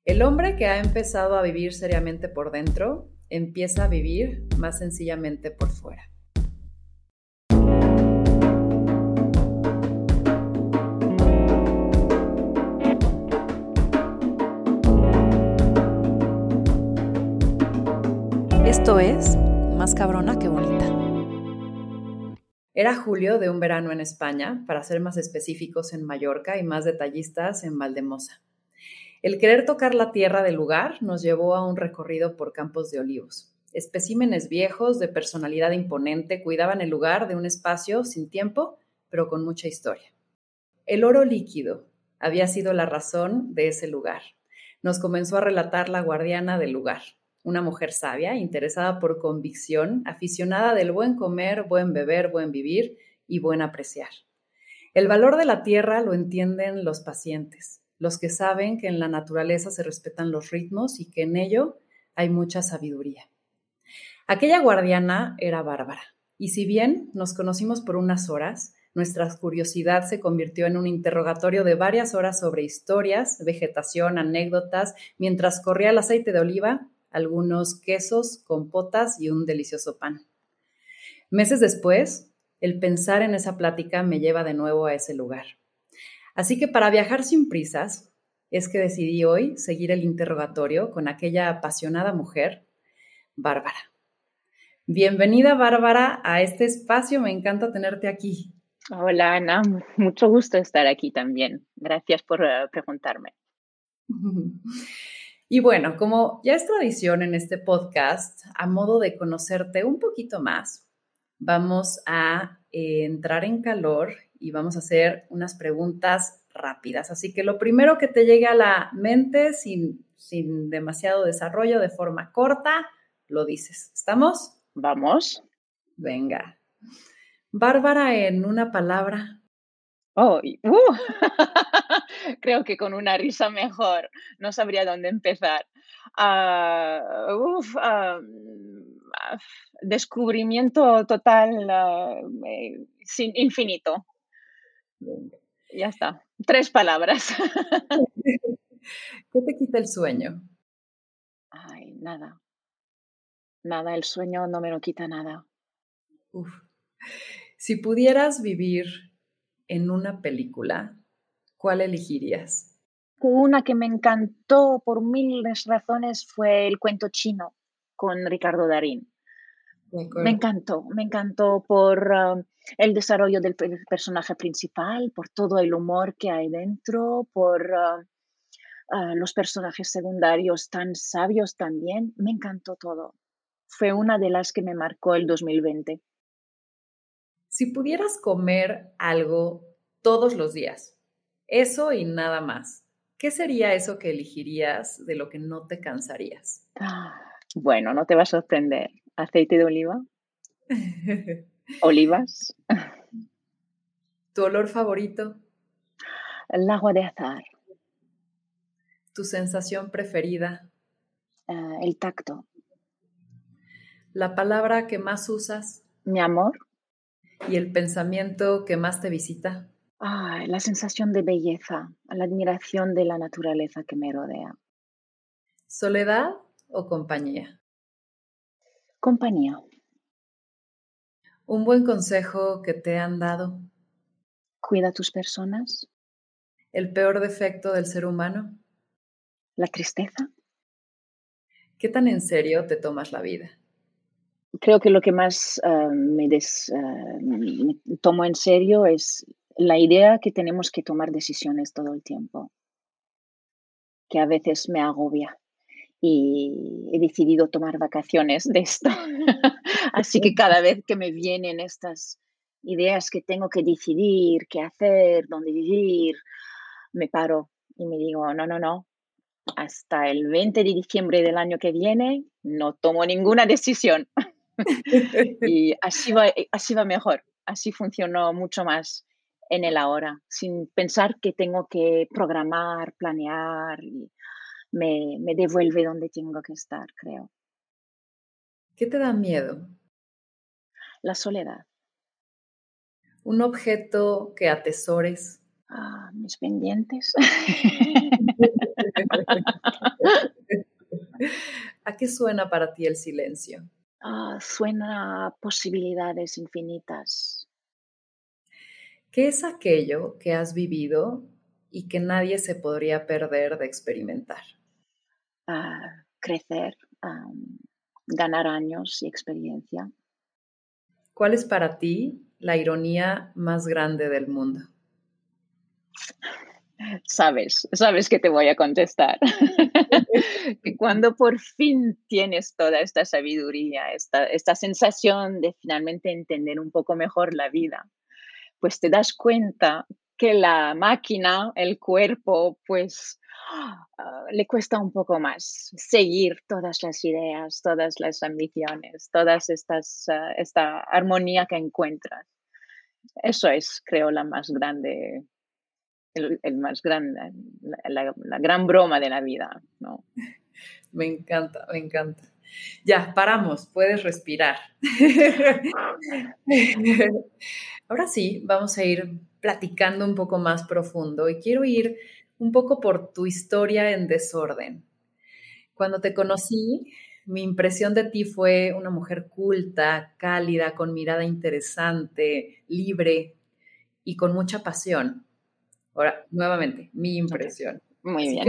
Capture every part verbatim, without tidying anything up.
El hombre que ha empezado a vivir seriamente por dentro, empieza a vivir más sencillamente por fuera. Esto es Más cabrona que bonita. Era julio de un verano en España, para ser más específicos en Mallorca y más detallistas en Valdemosa. El querer tocar la tierra del lugar nos llevó a un recorrido por campos de olivos. Especímenes viejos de personalidad imponente cuidaban el lugar de un espacio sin tiempo, pero con mucha historia. El oro líquido había sido la razón de ese lugar. Nos comenzó a relatar la guardiana del lugar, una mujer sabia, interesada por convicción, aficionada del buen comer, buen beber, buen vivir y buen apreciar. El valor de la tierra lo entienden los pacientes, los que saben que en la naturaleza se respetan los ritmos y que en ello hay mucha sabiduría. Aquella guardiana era Bárbara, y si bien nos conocimos por unas horas, nuestra curiosidad se convirtió en un interrogatorio de varias horas sobre historias, vegetación, anécdotas, mientras corría el aceite de oliva, algunos quesos, compotas y un delicioso pan. Meses después, el pensar en esa plática me lleva de nuevo a ese lugar. Así que para viajar sin prisas, es que decidí hoy seguir el interrogatorio con aquella apasionada mujer, Bárbara. Bienvenida, Bárbara, a este espacio. Me encanta tenerte aquí. Hola, Ana. Mucho gusto estar aquí también. Gracias por uh, preguntarme. Y bueno, como ya es tradición en este podcast, a modo de conocerte un poquito más, vamos a eh, entrar en calor y vamos a hacer unas preguntas rápidas. Así que lo primero que te llegue a la mente, sin, sin demasiado desarrollo, de forma corta, lo dices. ¿Estamos? Vamos. Venga. Bárbara, en una palabra. Oh, uh. Creo que con una risa mejor. No sabría dónde empezar. Uh, uf, uh, descubrimiento total, uh, eh, sin infinito. Ya está. Tres palabras. ¿Qué te quita el sueño? Ay, nada. Nada, el sueño no me lo quita nada. Uf. Si pudieras vivir en una película, ¿cuál elegirías? Una que me encantó por miles razones fue El cuento chino con Ricardo Darín. Me encantó, me encantó por uh, el desarrollo del pe- personaje principal, por todo el humor que hay dentro, por uh, uh, los personajes secundarios tan sabios también. Me encantó todo. Fue una de las que me marcó el dos mil veinte. Si pudieras comer algo todos los días, eso y nada más, ¿qué sería eso que elegirías de lo que no te cansarías? Ah, bueno, no te va a sorprender. Aceite de oliva, olivas, ¿Tu olor favorito? el agua de azahar, ¿Tu sensación preferida? uh, el tacto. ¿La palabra que más usas? Mi amor. ¿Y el pensamiento que más te visita? Ah, la sensación de belleza, la admiración de la naturaleza que me rodea. ¿Soledad o compañía? Compañía. ¿Un buen consejo que te han dado? Cuida a tus personas. ¿El peor defecto del ser humano? La tristeza. ¿Qué tan en serio te tomas la vida? Creo que lo que más uh, me, des, uh, me tomo en serio es la idea que tenemos que tomar decisiones todo el tiempo, que a veces me agobia. Y he decidido tomar vacaciones de esto. Así que cada vez que me vienen estas ideas que tengo que decidir, qué hacer, dónde vivir, me paro y me digo, no, no, no, hasta el veinte de diciembre del año que viene no tomo ninguna decisión. Y así va, así va mejor, así funcionó mucho más en el ahora, sin pensar que tengo que programar, planear. Y me, me devuelve donde tengo que estar, creo. ¿Qué te da miedo? La soledad. ¿Un objeto que atesores? Ah, mis pendientes. ¿A qué suena para ti el silencio? Ah, suena a posibilidades infinitas. ¿Qué es aquello que has vivido y que nadie se podría perder de experimentar? A crecer, a ganar años y experiencia. ¿Cuál es para ti la ironía más grande del mundo? Sabes, sabes que te voy a contestar. Que cuando por fin tienes toda esta sabiduría, esta, esta sensación de finalmente entender un poco mejor la vida, pues te das cuenta que la máquina, el cuerpo, pues ah, le cuesta un poco más seguir todas las ideas, todas las ambiciones, todas estas, ah, esta armonía que encuentras. Eso es, creo, la más grande, el, el más grande, la, la- la gran broma de la vida, ¿no? Me encanta, me encanta. Ya, paramos, puedes respirar. Ahora sí, vamos a ir platicando un poco más profundo y quiero ir un poco por tu historia en desorden. Cuando te conocí, mi impresión de ti fue una mujer culta, cálida, con mirada interesante, libre y con mucha pasión. Ahora, nuevamente, mi Ok, impresión. muy Así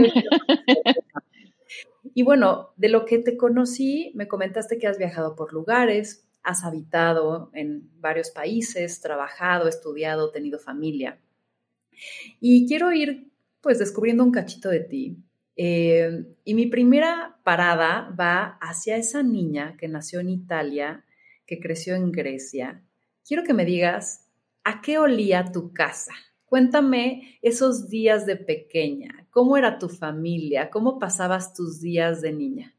bien. que y bueno, de lo que te conocí, me comentaste que has viajado por lugares, has habitado en varios países, trabajado, estudiado, tenido familia. Y quiero ir pues descubriendo un cachito de ti. Eh, y mi primera parada va hacia esa niña que nació en Italia, que creció en Grecia. Quiero que me digas, ¿a qué olía tu casa? Cuéntame esos días de pequeña, ¿cómo era tu familia? ¿Cómo pasabas tus días de niña?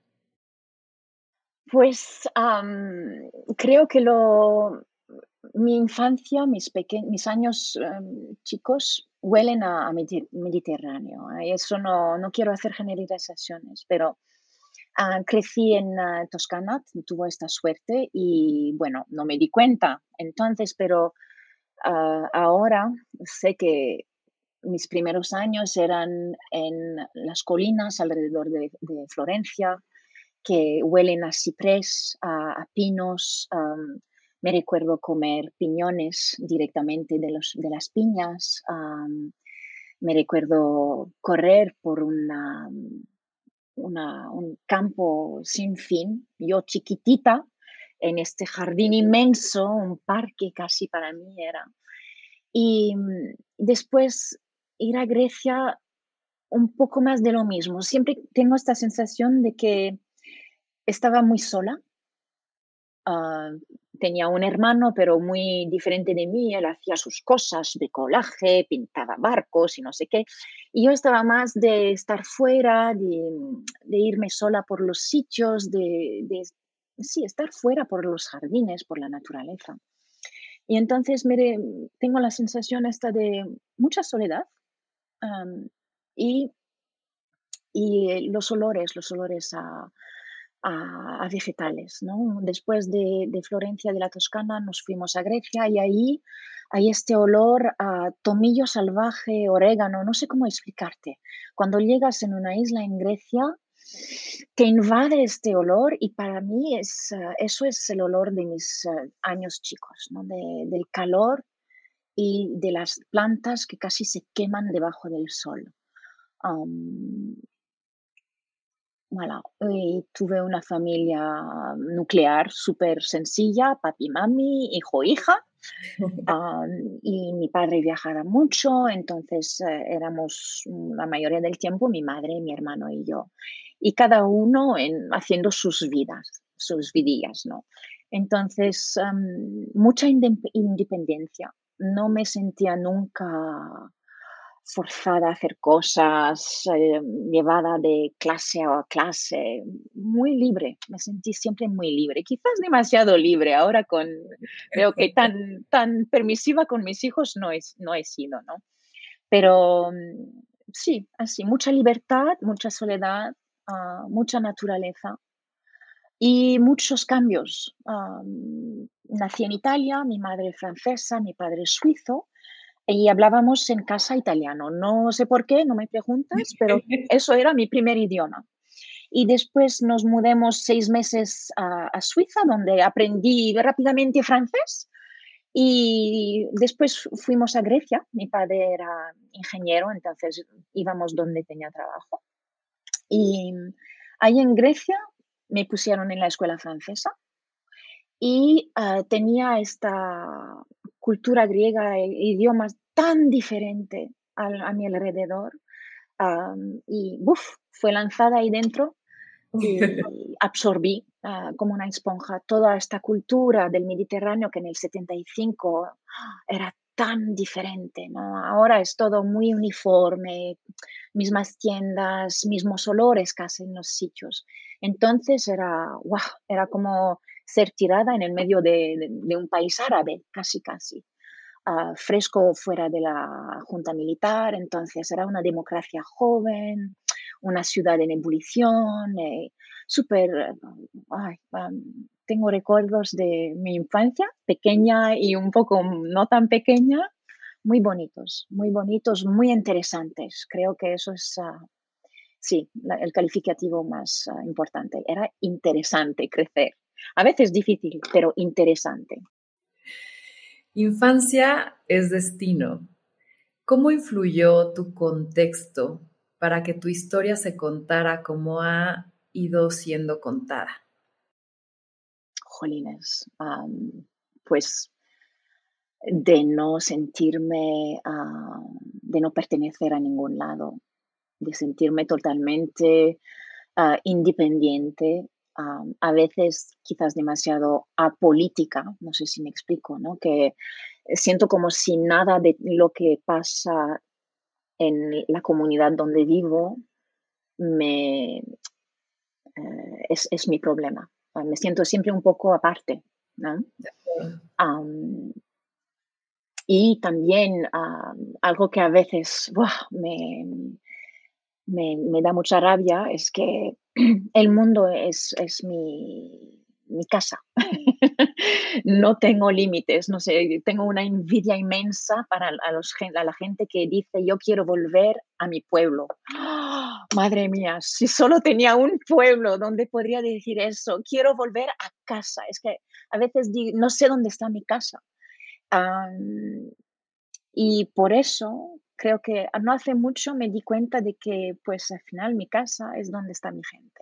Pues am, creo que lo, mi infancia, mis, peque- mis años em, chicos huelen a, a Medi- Mediterráneo. ¿Eh? Eso no, no quiero hacer generalizaciones, pero ah, crecí en ah, Toscana, tuvo esta suerte y bueno, no me di cuenta entonces, pero ah, ahora sé que mis primeros años eran en las colinas alrededor de, de Florencia, que huelen a ciprés, a, a pinos. Am, me recuerdo comer piñones directamente de, los, de las piñas. Am, me recuerdo correr por una, una- un campo sin fin, yo chiquitita, en este jardín inmenso, un parque casi para mí era. Y mm, después ir a Grecia, un poco más de lo mismo. Siempre tengo esta sensación de que estaba muy sola. Ah, tenía un hermano, pero muy diferente de mí. Él hacía sus cosas, bricolaje, pintaba barcos y no sé qué. Y yo estaba más de estar fuera, de, de irme sola por los sitios, de, de, sí, estar fuera por los jardines, por la naturaleza. Y entonces me, tengo la sensación esta de mucha soledad. am, y y eh, los olores, los olores a, a- a vegetales, ¿no? Después de, de Florencia, de la Toscana, nos fuimos a Grecia y ahí hay este olor a tomillo salvaje, orégano, no sé cómo explicarte. Cuando llegas en una isla en Grecia, te invade este olor y para mí es, eh, eso es el olor de mis eh, años chicos, ¿no? De- del calor y de las plantas que casi se queman debajo del sol. Am, Voilà, y tuve una familia nuclear súper sencilla, papi, mami, hijo, hija, am, y mi padre viajaba mucho, entonces eh, éramos mm, la mayoría del tiempo mi madre, mi hermano y yo, y cada uno en, haciendo sus vidas, sus vidillas, ¿no? Entonces, am, mucha indep- independencia. No me sentía nunca forzada a hacer cosas, eh, llevada de clase a clase, muy libre, me sentí siempre muy libre, quizás demasiado libre, ahora con, veo que tan, tan permisiva con mis hijos no, es, no he sido, ¿no? Pero mm, sí, así, mucha libertad, mucha soledad, ah, mucha naturaleza y muchos cambios. Am, nací en Italia, mi madre francesa, mi padre suizo, y hablábamos en casa italiano. No sé por qué, no me preguntas, pero eso era mi primer idioma. y después nos mudamos seis meses a, a Suiza, donde aprendí rápidamente francés. Y después fuimos a Grecia. Mi padre era ingeniero, entonces íbamos donde tenía trabajo. Y ahí en Grecia me pusieron en la escuela francesa y ah, tenía esta cultura griega e idiomas tan diferente al- a mi alrededor. Am, y ¡buf! Fue lanzada ahí dentro y absorbí ah, como una esponja toda esta cultura del Mediterráneo que en el setenta y cinco era tan diferente, ¿no? Ahora es todo muy uniforme, mismas tiendas, mismos olores casi en los sitios. Entonces era, ¡guau! Era como ser tirada en el medio de, de- de un país árabe, casi, casi. Ah, fresco fuera de la junta militar, entonces era una democracia joven, una ciudad en ebullición, eh, súper, eh, ay, am, tengo recuerdos de mi infancia, pequeña y un poco no tan pequeña, muy bonitos, muy bonitos, muy interesantes. Creo que eso es, ah, sí, la- el calificativo más ah, importante. Era interesante crecer. A veces difícil, pero interesante. Infancia es destino. ¿Cómo influyó tu contexto para que tu historia se contara como ha ido siendo contada? Jolines, am, pues de no sentirme, ah, de no pertenecer a ningún lado, de sentirme totalmente ah, independiente, am, a veces quizás demasiado apolítica, no sé si me explico, ¿no? Que siento como si nada de lo que pasa en la comunidad donde vivo me, eh, es, es mi problema. Ah, Me siento siempre un poco aparte, ¿no? Am, y también ah, algo que a veces ¡buah! me, me, me da mucha rabia es que el mundo es, es mi, mi casa. No tengo límites, no sé, tengo una envidia inmensa para a, los, gen- a la gente que dice yo quiero volver a mi pueblo. ¡Ah! Madre mía, si solo tenía un pueblo donde podría decir eso, quiero volver a casa. Es que a veces digo, no sé dónde está mi casa. Am, y por eso creo que no hace mucho me di cuenta de que, pues, al final mi casa es donde está mi gente.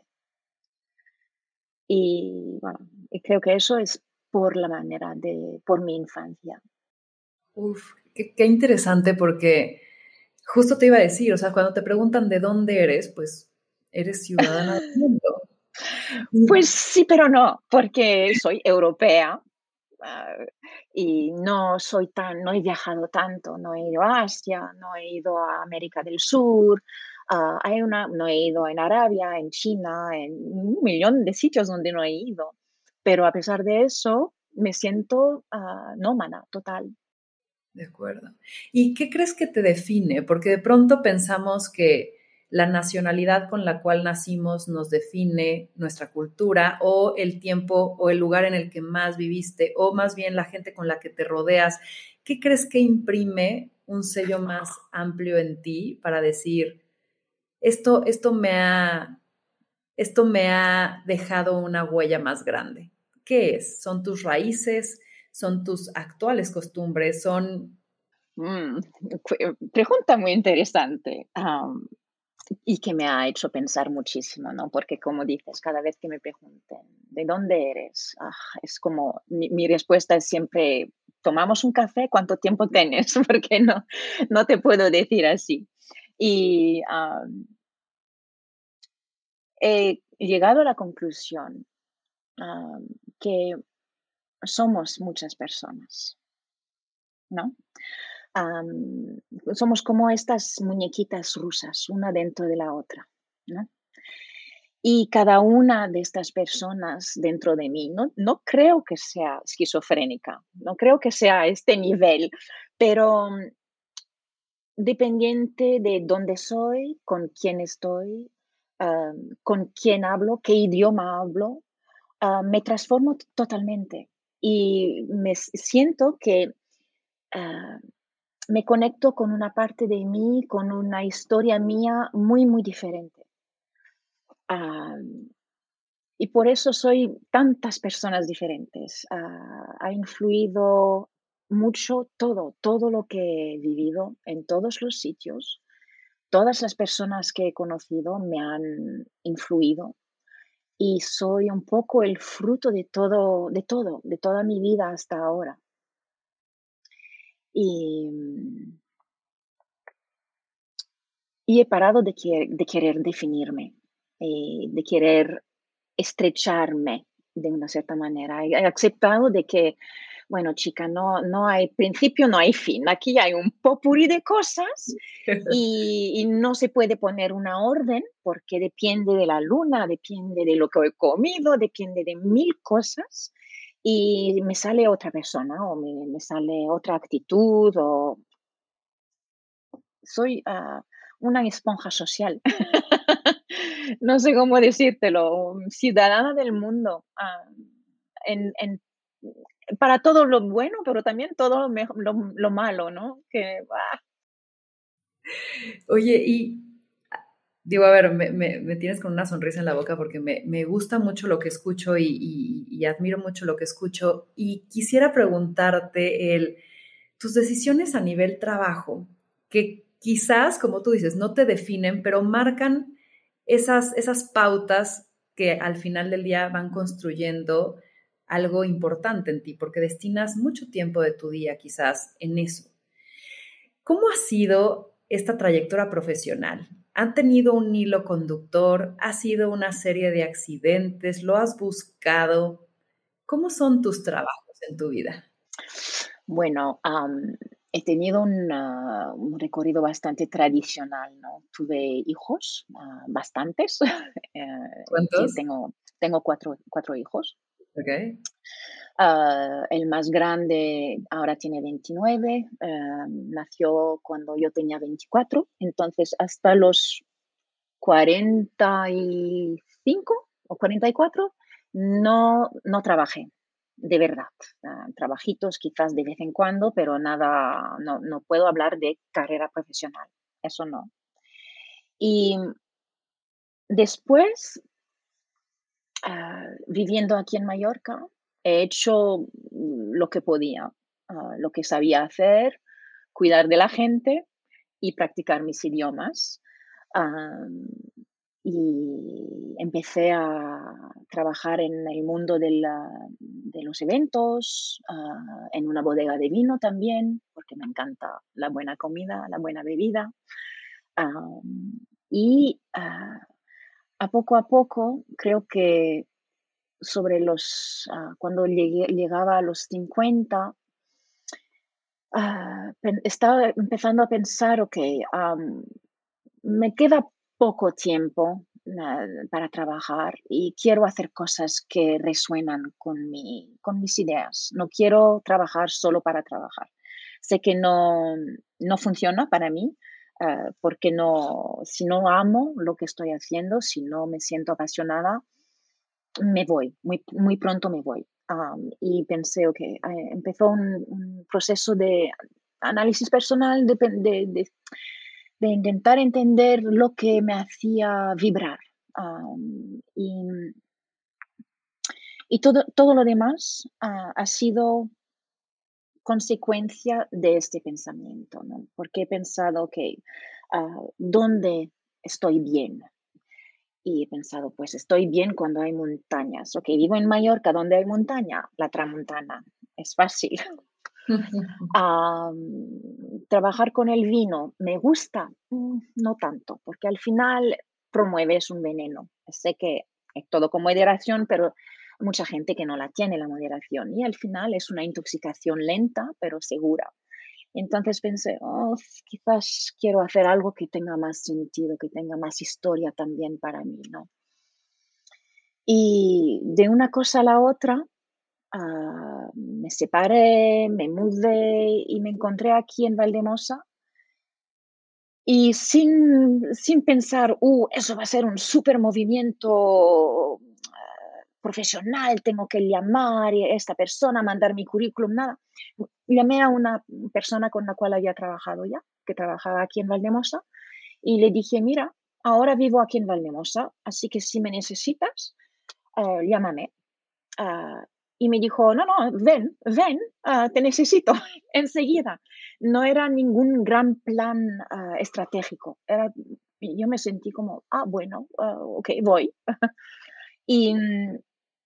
Y bueno, y creo que eso es por la manera de por mi infancia. Uf, qué, qué interesante porque justo te iba a decir, o sea, cuando te preguntan de dónde eres, pues eres ciudadana del mundo. Pues Y sí, pero no, porque soy europea, ah, y no soy tan no he viajado tanto, no he ido a Asia, no he ido a América del Sur, ah, hay una no he ido en Arabia, en China, en un millón de sitios donde no he ido. Pero a pesar de eso, me siento, ah, nómada total. de acuerdo. ¿Y qué crees que te define? Porque de pronto pensamos que la nacionalidad con la cual nacimos nos define nuestra cultura o el tiempo o el lugar en el que más viviste o más bien la gente con la que te rodeas. ¿Qué crees que imprime un sello más amplio en ti para decir, esto, esto me ha, esto me ha dejado una huella más grande? ¿Qué es? ¿Son tus raíces? ¿Son tus actuales costumbres? ¿Son Mm, cue pregunta muy interesante, am, y que me ha hecho pensar muchísimo, ¿no? Porque, como dices, cada vez que me pregunten: "¿De dónde eres?", ah, es como mi mi respuesta es siempre: "¿Tomamos un café? ¿Cuánto tiempo tienes?", porque no no te puedo decir así. Y, am, he llegado a la conclusión, am, que somos muchas personas, ¿no? Am, somos como estas muñequitas rusas, una dentro de la otra, ¿no? Y cada una de estas personas dentro de mí, no, no creo que sea esquizofrénica, no creo que sea a este nivel, pero mm, dependiente de dónde soy, con quién estoy, am, con quién hablo, qué idioma hablo, ah, me transformo t- totalmente y me s- siento que ah, me conecto con una parte de mí, con una historia mía muy, muy diferente. Ah, y por eso soy tantas personas diferentes. Ah, ha influido mucho todo, todo lo que he vivido en todos los sitios. Todas las personas que he conocido me han influido y soy un poco el fruto de todo, de todo, de toda mi vida hasta ahora. Y, mm, y he parado de, que- de querer definirme, eh, de querer estrecharme de una cierta manera. He he aceptado de que, bueno, chica, no, no hay principio, no hay fin. Aquí hay un popurrí de cosas y, y no se puede poner una orden porque depende de la luna, depende de lo que he comido, depende de mil cosas. Y me sale otra persona o me, me sale otra actitud o soy ah, una esponja social. No sé cómo decírtelo, ciudadana del mundo, ah, en, en- para todo lo bueno, pero también todo lo, mejo- lo, lo malo, ¿no? Que, ah, Oye, y digo, a ver, me, me- me tienes con una sonrisa en la boca porque me, me gusta mucho lo que escucho y, y- y admiro mucho lo que escucho. Y quisiera preguntarte el, tus decisiones a nivel trabajo, que quizás, como tú dices, no te definen, pero marcan esas, esas pautas que al final del día van construyendo algo importante en ti, porque destinas mucho tiempo de tu día quizás en eso. ¿Cómo ha sido esta trayectoria profesional? ¿Han tenido un hilo conductor? ¿Ha sido una serie de accidentes? ¿Lo has buscado? ¿Cómo son tus trabajos en tu vida? bueno, am, he tenido una- un recorrido bastante tradicional, ¿no? Tuve hijos, ah, bastantes. eh, ti- ¿Cuántos? tengo, tengo cuatro, cuatro hijos. Ok. Ah, el más grande ahora tiene veintinueve, eh, nació cuando yo tenía veinticuatro, entonces hasta los cuarenta y cinco o cuarenta y cuatro no, no trabajé, de verdad. Ah, trabajitos quizás de vez en cuando, pero nada, no, no puedo hablar de carrera profesional, eso no. Y después, ah, viviendo aquí en Mallorca, he hecho mm, lo que podía, ah, lo que sabía hacer, cuidar de la gente y practicar mis idiomas. Am, y empecé a trabajar en el mundo de, la- de los eventos, ah, en una bodega de vino también, porque me encanta la buena comida, la buena bebida. Am, y ah, a poco a poco, creo que sobre los, ah, cuando llegué, llegaba a los cincuenta, ah, pen- estaba empezando a pensar, ok, am, me queda poco tiempo ah, para trabajar y quiero hacer cosas que resuenan con mi, con mis ideas. No quiero trabajar solo para trabajar. Sé que no, no funciona para mí, ah, porque no, si no amo lo que estoy haciendo, si no me siento apasionada, me voy, muy, muy pronto me voy. Am, y pensé, ok, eh, empezó un, un proceso de análisis personal, de, pen- de, de- de intentar entender lo que me hacía vibrar. Am, y y todo, todo lo demás ah, ha sido consecuencia de este pensamiento, ¿no? Porque he pensado, ok, ah, ¿dónde estoy bien? Y he pensado, pues estoy bien cuando hay montañas. Ok, vivo en Mallorca, ¿dónde hay montaña? La Tramontana. Es fácil. Am, trabajar con el vino, ¿me gusta? Mm, no tanto, porque al final promueves un veneno. Sé que es todo con moderación, pero hay mucha gente que no la tiene la moderación y al final es una intoxicación lenta, pero segura. Entonces pensé, "Oh, quizás quiero hacer algo que tenga más sentido, que tenga más historia también para mí, ¿no?". Y de una cosa a la otra, ah, me separé, me mudé y me encontré aquí en Valdemosa y sin, sin pensar, uh, eso va a ser un súper movimiento ah, profesional, tengo que llamar a esta persona, mandar mi currículum, nada. Llamé a una persona con la cual había trabajado ya, que trabajaba aquí en Valdemosa, y le dije, mira, ahora vivo aquí en Valdemosa, así que si me necesitas, ah, llámame. Ah, y me dijo: "No, no, ven, ven, ah, te necesito enseguida". No era ningún gran plan, ah, estratégico. Era y yo me sentí como: "Ah, bueno, ah, okey, voy". Y, mm,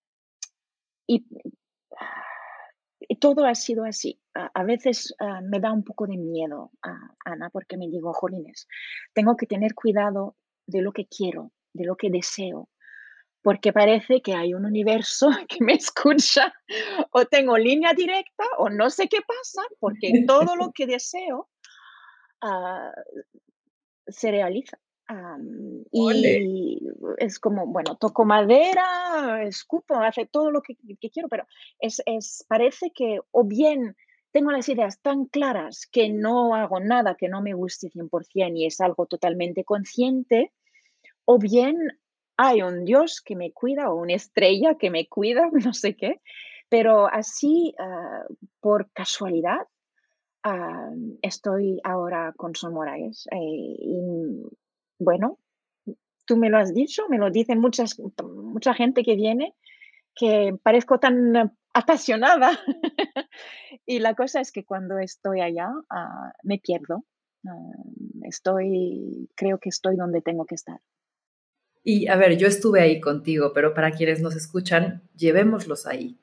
y, ah, y todo ha sido así. A a veces, ah, me da un poco de miedo, ah, Ana, porque me digo: "Jolines, tengo que tener cuidado de lo que quiero, de lo que deseo". Porque parece que hay un universo que me escucha, o tengo línea directa, o no sé qué pasa, porque todo lo que deseo, ah, se realiza. Am, Ole. y es como, bueno, toco madera, escupo, hace todo lo que que quiero, pero es es parece que o bien tengo las ideas tan claras que no hago nada que no me guste cien por ciento y es algo totalmente consciente, o bien hay un Dios que me cuida o una estrella que me cuida, no sé qué, pero así, ah, por casualidad, ah, estoy ahora con Son Moraes. Eh, y bueno, tú me lo has dicho, me lo dicen muchas, mucha gente que viene, que parezco tan apasionada. Y la cosa es que cuando estoy allá, ah, me pierdo. Ah, estoy, creo que estoy donde tengo que estar. Y a ver, yo estuve ahí contigo, pero para quienes nos escuchan, llevémoslos ahí.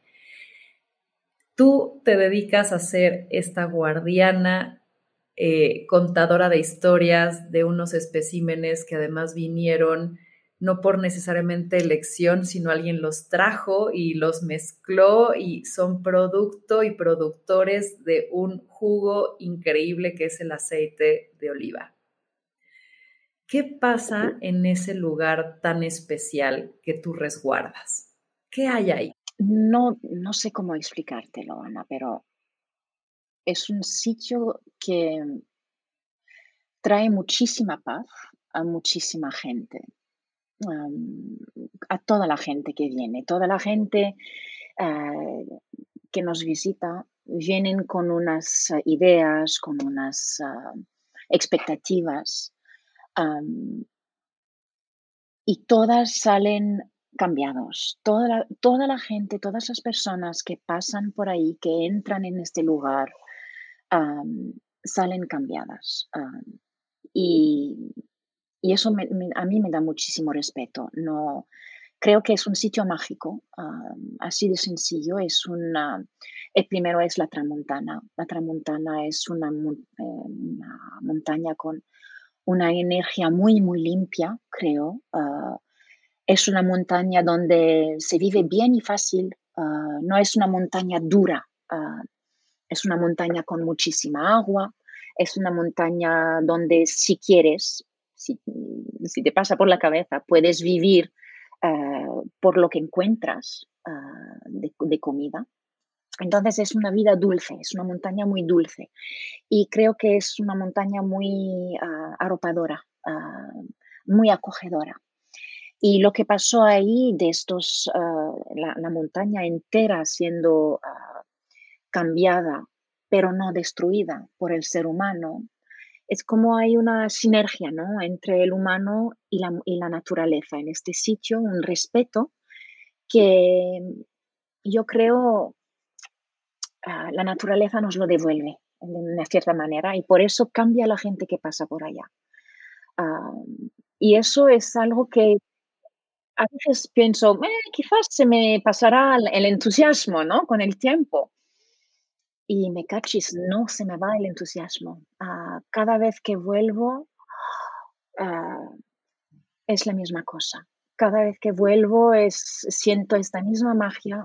Tú te dedicas a ser esta guardiana, eh, contadora de historias de unos especímenes que además vinieron no por necesariamente elección, sino alguien los trajo y los mezcló y son producto y productores de un jugo increíble que es el aceite de oliva. ¿Qué pasa en ese lugar tan especial que tú resguardas? ¿Qué hay ahí? No, no sé cómo explicártelo, Ana, pero es un sitio que trae muchísima paz a muchísima gente, am, a toda la gente que viene. Toda la gente eh, que nos visita vienen con unas ah, ideas, con unas ah, expectativas, am, y todas salen cambiados. Toda la, toda la gente, todas las personas que pasan por ahí, que entran en este lugar, am, salen cambiadas. am, y, y eso me- me- a mí me da muchísimo respeto. No, creo que es un sitio mágico, am, así de sencillo. Es una, el primero es la Tramontana. La Tramontana es una, mon- eh, una montaña con una energía muy, muy limpia, creo. ah, es una montaña donde se vive bien y fácil. ah, no es una montaña dura. ah, es una montaña con muchísima agua. Es una montaña donde si quieres, si, si te pasa por la cabeza, puedes vivir eh, por lo que encuentras ah, de, de comida. Entonces es una vida dulce, es una montaña muy dulce y creo que es una montaña muy ah, arropadora, ah, muy acogedora. Y lo que pasó ahí de estos, ah, la, la montaña entera siendo ah, cambiada, pero no destruida por el ser humano, es como hay una sinergia, ¿no? Entre el humano y la, y la naturaleza en este sitio, un respeto que yo creo ah, la naturaleza nos lo devuelve de una cierta manera y por eso cambia la gente que pasa por allá. Ah, y eso es algo que a veces pienso, "Eh, quizás se me pasará el el entusiasmo, ¿no? Con el tiempo". Y me cachis, no se me va el entusiasmo. Ah, cada vez que vuelvo, ah, es la misma cosa. Cada vez que vuelvo es, siento esta misma magia,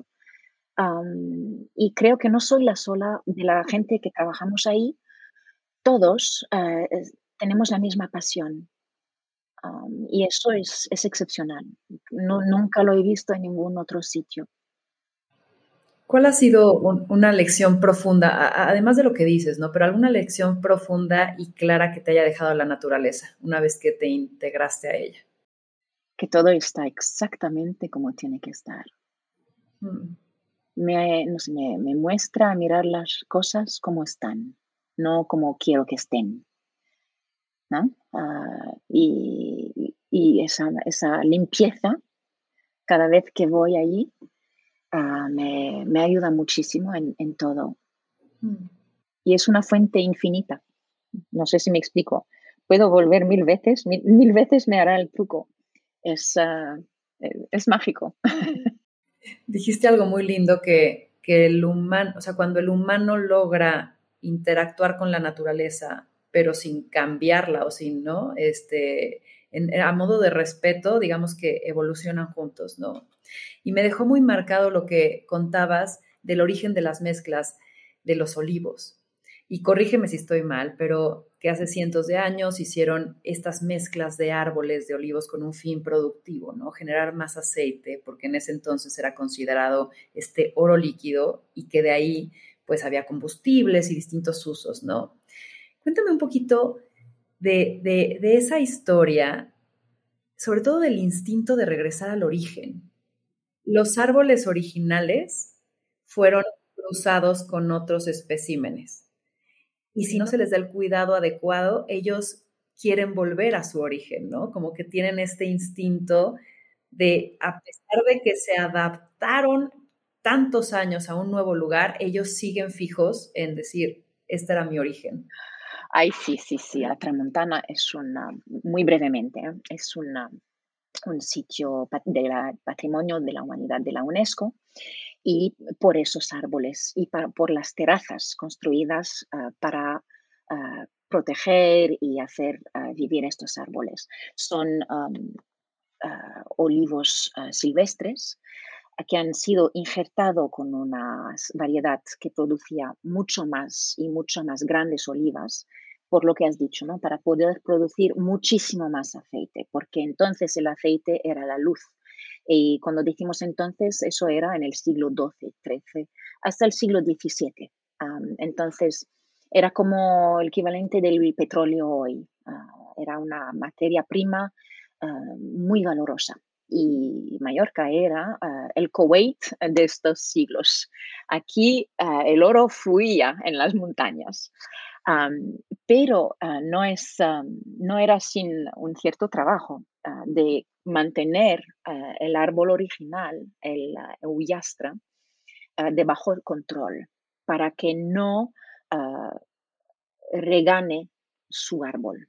am, y creo que no soy la sola de la gente que trabajamos ahí. Todos eh, es- tenemos la misma pasión, am, y eso es, es excepcional. No, nunca lo he visto en ningún otro sitio. ¿Cuál ha sido un- una lección profunda, a- además de lo que dices, ¿no? Pero alguna lección profunda y clara que te haya dejado la naturaleza una vez que te integraste a ella? Que todo está exactamente como tiene que estar. Mm. Me, no sé, me, me muestra a mirar las cosas como están, no como quiero que estén, ¿no? Ah, y, y esa, esa limpieza, cada vez que voy allí, ah, me, me ayuda muchísimo en, en todo. Mm. Y es una fuente infinita. No sé si me explico. Puedo volver mil veces, mil, mil veces me hará el truco. Es, ah, eh, es mágico. Dijiste algo muy lindo que, que el humano, o sea, cuando el humano logra interactuar con la naturaleza, pero sin cambiarla o sin, ¿no? Este, en- a modo de respeto, digamos que evolucionan juntos, ¿no? Y me dejó muy marcado lo que contabas del origen de las mezclas de los olivos. Y corrígeme si estoy mal, pero que hace cientos de años hicieron estas mezclas de árboles de olivos con un fin productivo, ¿no? Generar más aceite, porque en ese entonces era considerado este oro líquido y que de ahí pues había combustibles y distintos usos, ¿no? Cuéntame un poquito de, de, de esa historia, sobre todo del instinto de regresar al origen. Los árboles originales fueron cruzados con otros especímenes. Y si no se les da el cuidado adecuado, ellos quieren volver a su origen, ¿no? Como que tienen este instinto de, a pesar de que se adaptaron tantos años a un nuevo lugar, ellos siguen fijos en decir, este era mi origen. Ay, sí, sí, sí. La Tramontana es una, muy brevemente, ¿eh? Es una, un sitio pa- de la patrimonio de la humanidad de la UNESCO y por esos árboles y pa- por las terrazas construidas ah, para ah, proteger y hacer ah, vivir estos árboles. Son am, ah, olivos ah, silvestres ah, que han sido injertados con una variedad que producía mucho más y mucho más grandes olivas, por lo que has dicho, ¿no? Para poder producir muchísimo más aceite, porque entonces el aceite era la luz. Y cuando decimos entonces, eso era en el siglo doce, trece, hasta el siglo diecisiete. Am, entonces, era como el equivalente del petróleo hoy. Ah, era una materia prima ah, muy valorosa. Y Mallorca era ah, el Kuwait de estos siglos. Aquí ah, el oro fluía en las montañas. Am, pero ah, no, es, am, no era sin un cierto trabajo ah, de mantener ah, el árbol original, el ah, huyastra, ah, de bajo control para que no ah, regane su árbol.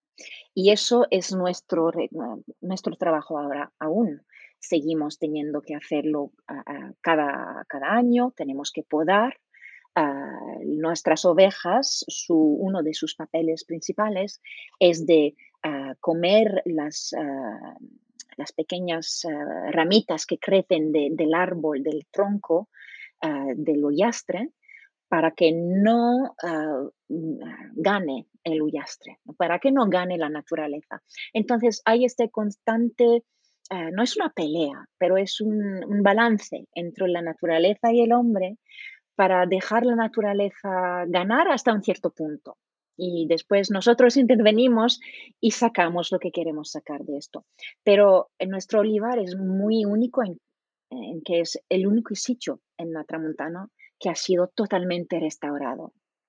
Y eso es nuestro, re- ah, nuestro trabajo ahora aún. Seguimos teniendo que hacerlo ah, ah, cada, cada año, tenemos que podar ah, nuestras ovejas, su, uno de sus papeles principales es de ah, comer las, ah, las pequeñas ah, ramitas que crecen de- del árbol, del tronco, ah, del huyastre, para que no ah, mm, ah, gane el huyastre, ¿no? Para que no gane la naturaleza. Entonces hay este constante, ah, no es una pelea, pero es un, un balance entre la naturaleza y el hombre para dejar la naturaleza ganar hasta un cierto punto. Y después nosotros intervenimos y sacamos lo que queremos sacar de esto. Pero en nuestro olivar es muy único en, en que es el único sitio en la Tramontana que ha sido totalmente restaurado.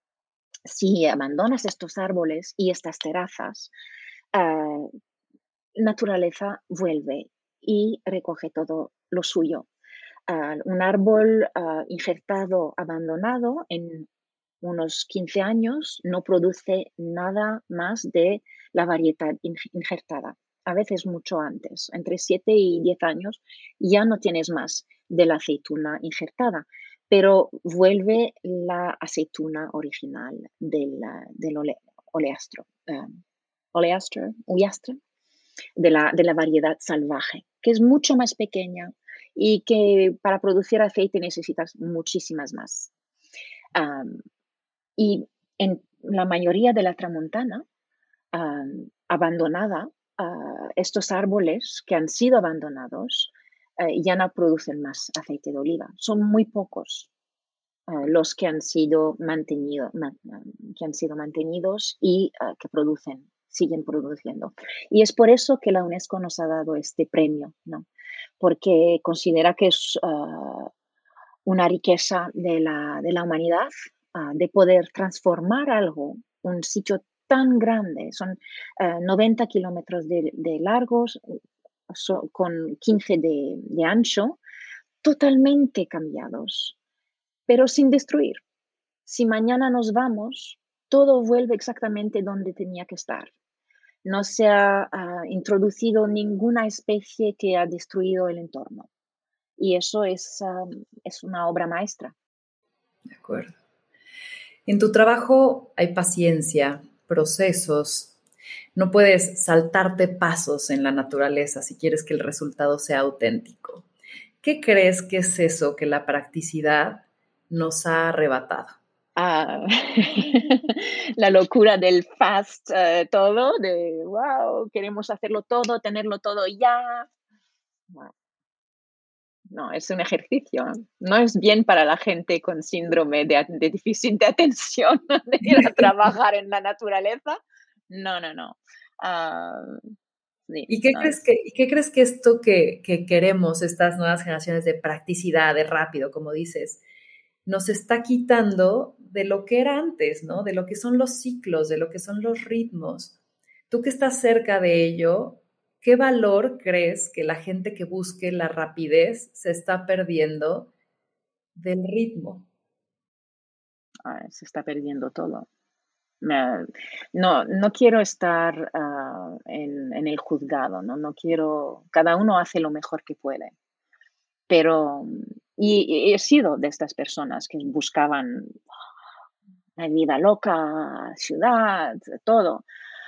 Si abandonas estos árboles y estas terrazas, ah, naturaleza vuelve y recoge todo lo suyo. Ah, un árbol ah, injertado, abandonado en unos quince años, no produce nada más de la variedad inj- injertada. A veces mucho antes, entre siete y diez años, ya no tienes más de la aceituna injertada, pero vuelve la aceituna original del, ah, del ole- oleastro, ah, oleastro, huyastre, de la, de la variedad salvaje, que es mucho más pequeña y que para producir aceite necesitas muchísimas más. Am, y en la mayoría de la Tramontana, am, abandonada, ah, estos árboles que han sido abandonados eh, ya no producen más aceite de oliva. Son muy pocos ah, los que han sido mantenido, ma- ah, que han sido mantenidos y ah, que producen, siguen produciendo. Y es por eso que la UNESCO nos ha dado este premio, ¿no? Porque considera que es ah, una riqueza de la, de la humanidad, ah, de poder transformar algo, un sitio tan grande, son eh, noventa kilómetros de, de largos, so- con quince de, de ancho, totalmente cambiados, pero sin destruir. Si mañana nos vamos, todo vuelve exactamente donde tenía que estar. No se ha ah, introducido ninguna especie que ha destruido el entorno. Y eso es, ah, es una obra maestra. De acuerdo. En tu trabajo hay paciencia, procesos. No puedes saltarte pasos en la naturaleza si quieres que el resultado sea auténtico. ¿Qué crees que es eso que la practicidad nos ha arrebatado? Ah, la locura del fast eh, todo, de wow, queremos hacerlo todo, tenerlo todo ya. No, no, es un ejercicio. No es bien para la gente con síndrome de, a- de déficit de atención de ir a trabajar en la naturaleza. No, no, no. Ah, sí, ¿Y qué no crees es. que, y qué crees que esto que, que queremos, estas nuevas generaciones de practicidad, de rápido, como dices, nos está quitando de lo que era antes, ¿no? De lo que son los ciclos, de lo que son los ritmos? Tú que estás cerca de ello, ¿qué valor crees que la gente que busque la rapidez se está perdiendo del ritmo? Ah, se está perdiendo todo. Me- no, no quiero estar ah, en, en el juzgado, ¿no? No quiero, cada uno hace lo mejor que puede, pero, y, y he sido de estas personas que buscaban la vida loca, ciudad, todo,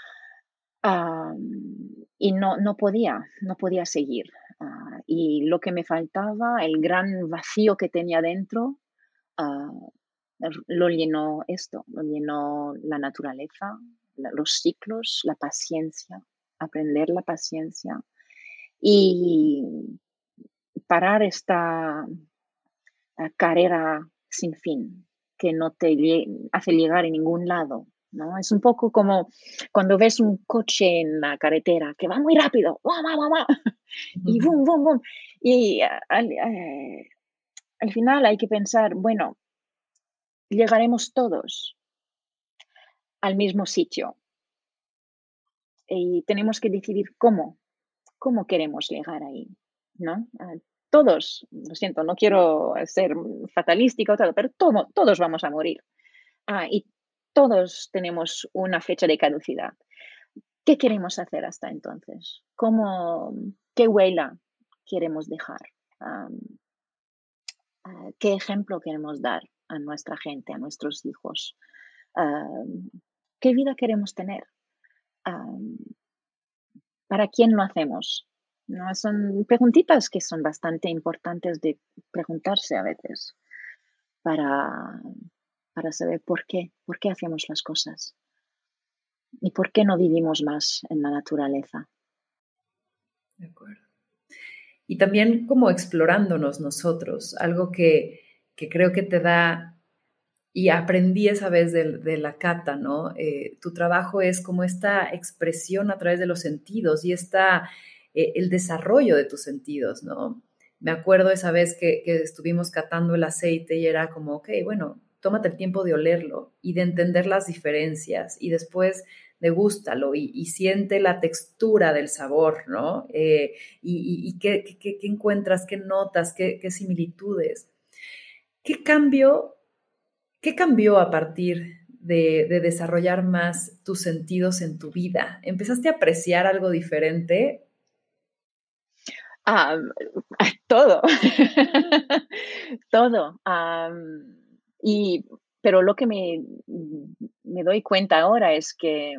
ah, y no, no podía, no podía seguir. Ah, y lo que me faltaba, el gran vacío que tenía dentro, ah, lo llenó esto, lo llenó la naturaleza, la- los ciclos, la paciencia, aprender la paciencia y parar esta ah, carrera sin fin que no te lle- hace llegar a ningún lado. ¿No? Es un poco como cuando ves un coche en la carretera que va muy rápido, ¡guau, guau, guau, guau! Y Ujú. boom, boom, boom. Y ah, al, eh, al final hay que pensar, bueno, llegaremos todos al mismo sitio y tenemos que decidir cómo, cómo queremos llegar ahí, ¿no? Ah, todos, lo siento, no quiero ser fatalística o tal, pero todo, todos vamos a morir. Ah, y todos tenemos una fecha de caducidad. ¿Qué queremos hacer hasta entonces? ¿Cómo, qué huella queremos dejar? Am, ah, ¿qué ejemplo queremos dar a nuestra gente, a nuestros hijos? Am, ¿qué vida queremos tener? Am, ¿Para quién lo hacemos? ¿No? Son preguntitas que son bastante importantes de preguntarse a veces para, para saber por qué, por qué hacemos las cosas y por qué no vivimos más en la naturaleza. De acuerdo. Y también como explorándonos nosotros, algo que, que creo que te da, y aprendí esa vez de, de la cata, ¿no? Eh, tu trabajo es como esta expresión a través de los sentidos y esta, eh, el desarrollo de tus sentidos, ¿no? Me acuerdo esa vez que, que estuvimos catando el aceite y era como, ok, bueno, tómate el tiempo de olerlo y de entender las diferencias y después degústalo y, y siente la textura del sabor, ¿no? Eh, y, y, y qué, qué, qué, encuentras, qué notas, qué, qué similitudes. ¿Qué cambio ¿Qué cambió a partir de, de desarrollar más tus sentidos en tu vida? ¿Empezaste a apreciar algo diferente? Ah, todo, todo. Am, y, pero lo que me, me doy cuenta ahora es que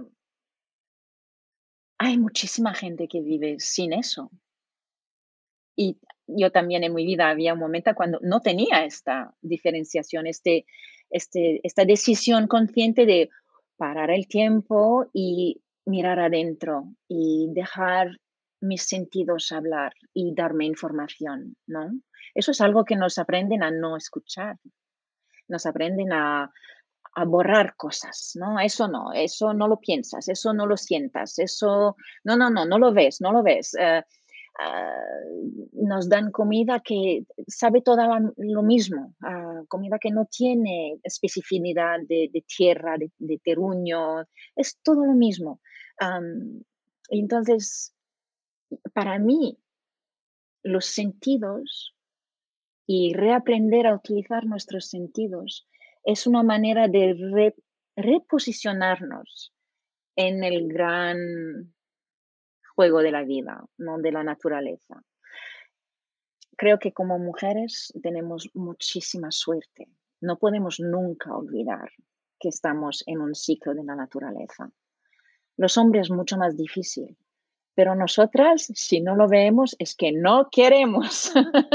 hay muchísima gente que vive sin eso. Y yo también en mi vida había un momento cuando no tenía esta diferenciación, este, este, esta decisión consciente de parar el tiempo y mirar adentro y dejar mis sentidos hablar y darme información, ¿no? Eso es algo que nos aprenden a no escuchar, nos aprenden a, a borrar cosas, ¿no? Eso no, eso no lo piensas, eso no lo sientas, eso, no, no, no, no lo ves, no lo ves. Eh, ah, nos dan comida que sabe toda la- lo mismo, ah, comida que no tiene especificidad de, de tierra, de, de terruño, es todo lo mismo. Am, entonces, para mí, los sentidos y reaprender a utilizar nuestros sentidos es una manera de re- reposicionarnos en el gran juego de la vida, no de la naturaleza. Creo que como mujeres tenemos muchísima suerte. No podemos nunca olvidar que estamos en un ciclo de la naturaleza. Los hombres mucho más difícil, pero nosotras, si no lo vemos, es que no queremos.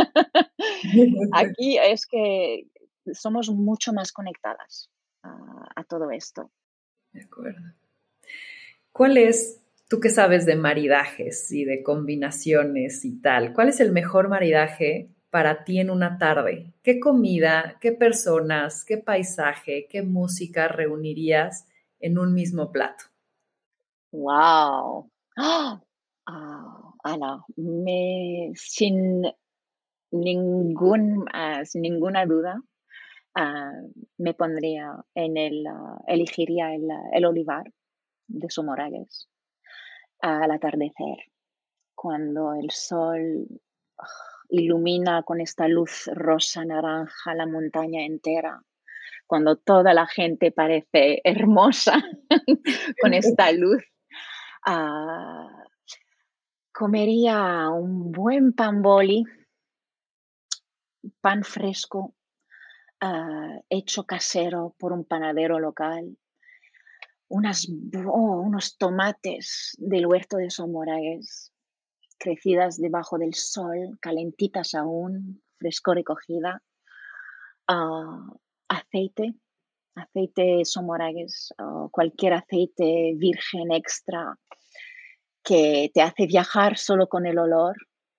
Aquí es que somos mucho más conectadas a, a todo esto. De acuerdo. ¿Cuál es, tú que sabes de maridajes y de combinaciones y tal, cuál es el mejor maridaje para ti en una tarde? ¿Qué comida, qué personas, qué paisaje, qué música reunirías en un mismo plato? ¡Wow! ¡Ah! Ah, Ana, me, sin ningún, ah, sin ninguna duda, ah, me pondría en el, ah, elegiría el, ah, el olivar de Somorales al atardecer, cuando el sol ah, ilumina con esta luz rosa naranja la montaña entera, cuando toda la gente parece hermosa con esta luz. ah, Comería un buen pan boli, pan fresco, ah, hecho casero por un panadero local, unas, oh, unos tomates del huerto de Somorales, crecidas debajo del sol, calentitas aún, fresco recogida, ah, aceite, aceite Somorales, o cualquier aceite virgen extra que te hace viajar solo con el olor,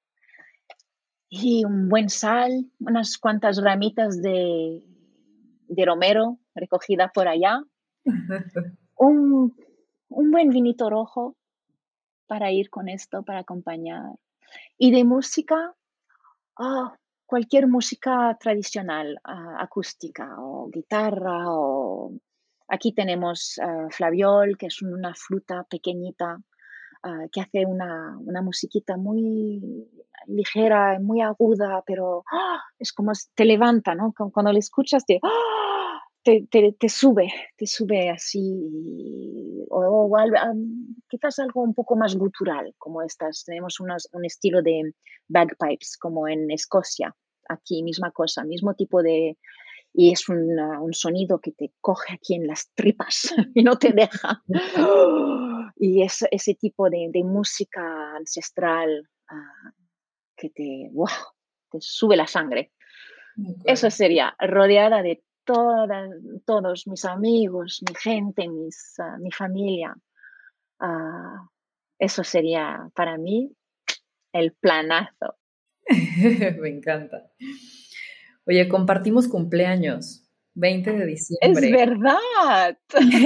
y un buen sal, unas cuantas ramitas de, de romero recogida por allá, un, un buen vinito rojo para ir con esto, para acompañar. Y de música, ah, cualquier música tradicional, ah, acústica o guitarra o... Aquí tenemos ah, flaviol, que es una fruta pequeñita, ah, que hace una, una musiquita muy ligera, muy aguda, pero ¡ah! Es como s- te levanta, ¿no? Cu- Cuando le escuchas te, ¡ah! te, te, te sube, te sube así, o, o al- am, quizás algo un poco más gutural, como estas. Tenemos unos- un estilo de bagpipes, como en Escocia, aquí misma cosa, mismo tipo de... Y es una- un sonido que te coge aquí en las tripas y no te deja. Y es ese tipo de, de música ancestral, ah, que te, ¡guau! Te sube la sangre. De Eso acuerdo. sería rodeada de todas, todos mis amigos, mi gente, mis, ah, mi familia. Ah, Eso sería para mí el planazo. Me encanta. Oye, compartimos cumpleaños, veinte de Es diciembre. verdad.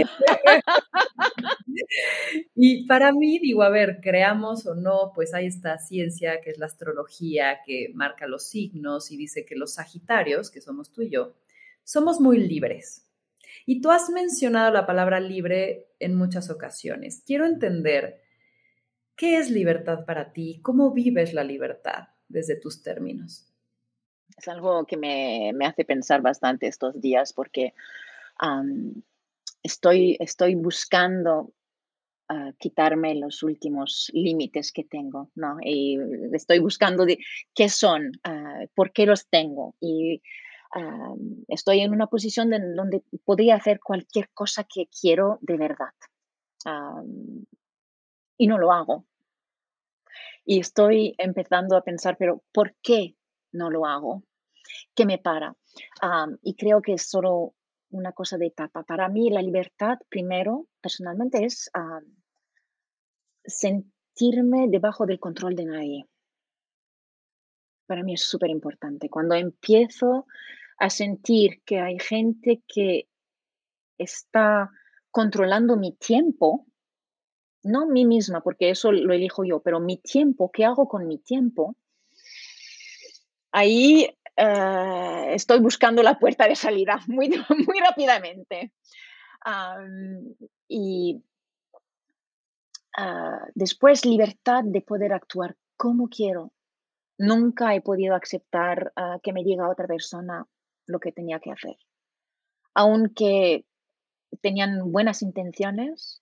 Y para mí, digo, a ver, creamos o no, pues hay esta ciencia que es la astrología, que marca los signos y dice que los Sagitarios, que somos tú y yo, somos muy libres. Y tú has mencionado la palabra libre en muchas ocasiones. Quiero entender qué es libertad para ti, cómo vives la libertad desde tus términos. Es algo que me, me hace pensar bastante estos días porque am, estoy, estoy buscando ah, quitarme los últimos límites que tengo, ¿no? Y estoy buscando de qué son, ah, por qué los tengo. Y ah, estoy en una posición de- donde podría hacer cualquier cosa que quiero de verdad. Ah, y no lo hago. Y estoy empezando a pensar, pero ¿por qué no lo hago? ¿Qué me para? Am, y creo que es solo una cosa de etapa. Para mí, la libertad, primero, personalmente, es am, sentirme debajo del control de nadie. Para mí es súper importante. Cuando empiezo a sentir que hay gente que está controlando mi tiempo, No mí misma, porque eso lo elijo yo, pero mi tiempo, ¿qué hago con mi tiempo? Ahí, eh, estoy buscando la puerta de salida muy muy rápidamente. Am, y, ah, después libertad de poder actuar como quiero. Nunca he podido aceptar, ah, que me diga otra persona lo que tenía que hacer. Aunque tenían buenas intenciones,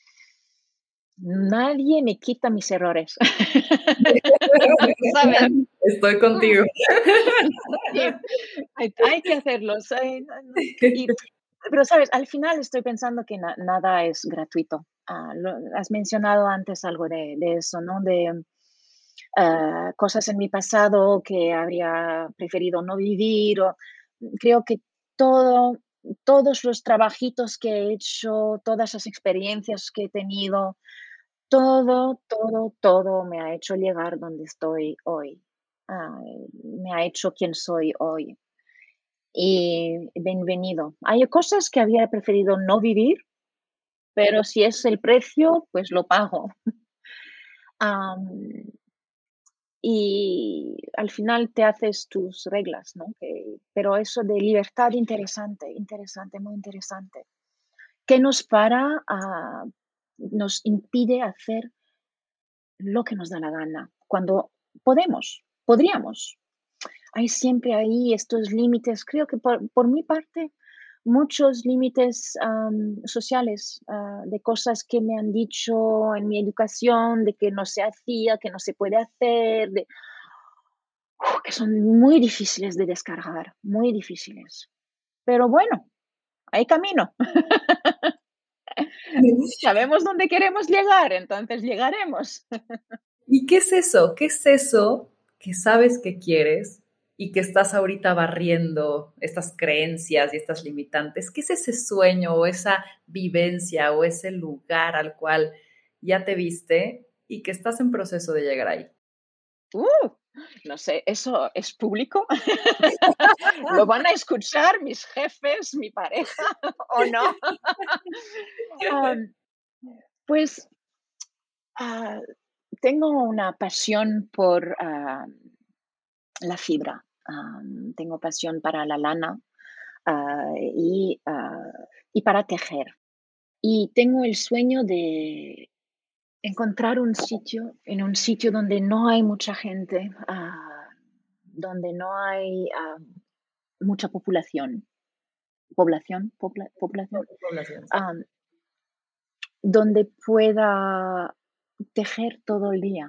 nadie me quita mis errores. ¿Sabes? Estoy contigo. Sí, hay hay que hacerlos, hay no no y pero, ¿sabes? Al final estoy pensando que na nada es gratuito. Ah, lo has mencionado antes algo de de eso, ¿no? De, ah, cosas en mi pasado que habría preferido no vivir, o creo que todo todos los trabajitos que he hecho, todas las experiencias que he tenido, todo, todo, todo me ha hecho llegar donde estoy hoy. Ah, me ha hecho quien soy hoy. Y bienvenido. Hay cosas que habría preferido no vivir, pero si es el precio, pues lo pago. Am, y al final te haces tus reglas, ¿no? Que, pero eso de libertad, interesante, interesante, muy interesante. ¿Qué nos para? Ah, nos impide hacer lo que nos da la gana, cuando podemos, podríamos. Hay siempre ahí estos límites, creo que por, por mi parte, muchos límites am, sociales, ah, de cosas que me han dicho en mi educación, de que no se hacía, que no se puede hacer, de, uf, que son muy difíciles de descargar, muy difíciles. Pero bueno, hay camino. Sabemos dónde queremos llegar, entonces llegaremos. ¿Y qué es eso? ¿Qué es eso que sabes que quieres y que estás ahorita barriendo estas creencias y estas limitantes? ¿Qué es ese sueño o esa vivencia o ese lugar al cual ya te viste y que estás en proceso de llegar ahí? Uh, no sé, ¿eso es público? ¿Lo van a escuchar mis jefes, mi pareja o no? Am, pues, ah, tengo una pasión por, ah, la fibra, am, tengo pasión para la lana, ah, y, ah, y para tejer. Y tengo el sueño de encontrar un sitio, en un sitio donde no hay mucha gente, ah, donde no hay, ah, mucha población, población, pobla población, Población, sí. am, donde pueda tejer todo el día.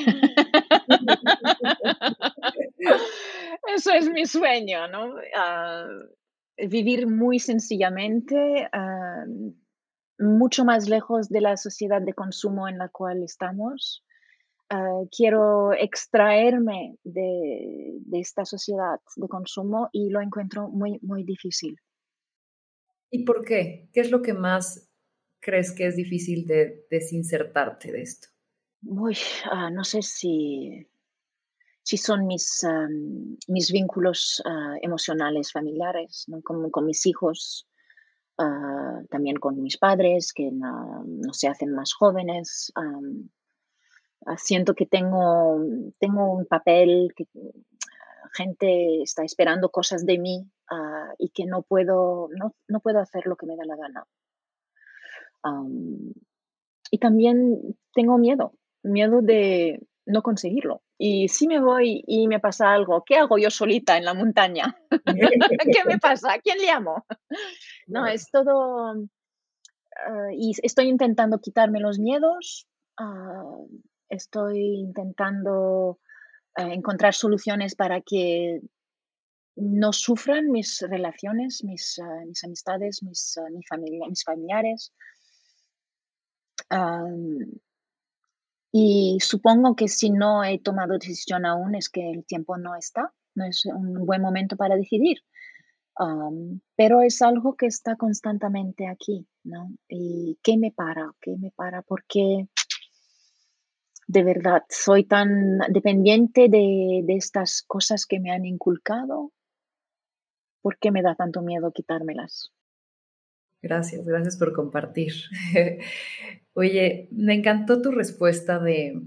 Eso es mi sueño, ¿no? Ah, vivir muy sencillamente, am, mucho más lejos de la sociedad de consumo en la cual estamos. Ah, quiero extraerme de de esta sociedad de consumo y lo encuentro muy, muy difícil. ¿Y por qué? ¿Qué es lo que más crees que es difícil de desinsertarte de esto? Uy, ah, no sé si si son mis, am, mis vínculos, ah, emocionales familiares, ¿no? Con con mis hijos, ah, también con mis padres, que no no se hacen más jóvenes. Am, ah, siento que tengo tengo un papel que gente está esperando cosas de mí, ah, y que no puedo no no puedo hacer lo que me da la gana. Am, y también tengo miedo, miedo de no conseguirlo. Y si me voy y me pasa algo, ¿qué hago yo solita en la montaña? ¿Qué me pasa? ¿A quién llamo? No, Claro. es todo, ah, y estoy intentando quitarme los miedos, ah, estoy intentando, eh, encontrar soluciones para que no sufran mis relaciones, mis, ah, mis amistades, mis, ah, mi familia, mis familiares. Am, y supongo que si no he tomado decisión aún es que el tiempo no está, no es un buen momento para decidir. Am, pero es algo que está constantemente aquí, ¿no? ¿Y qué me para? ¿Qué me para? Porque de verdad soy tan dependiente de, de estas cosas que me han inculcado. ¿Por qué me da tanto miedo quitármelas? Gracias, gracias por compartir. Oye, me encantó tu respuesta de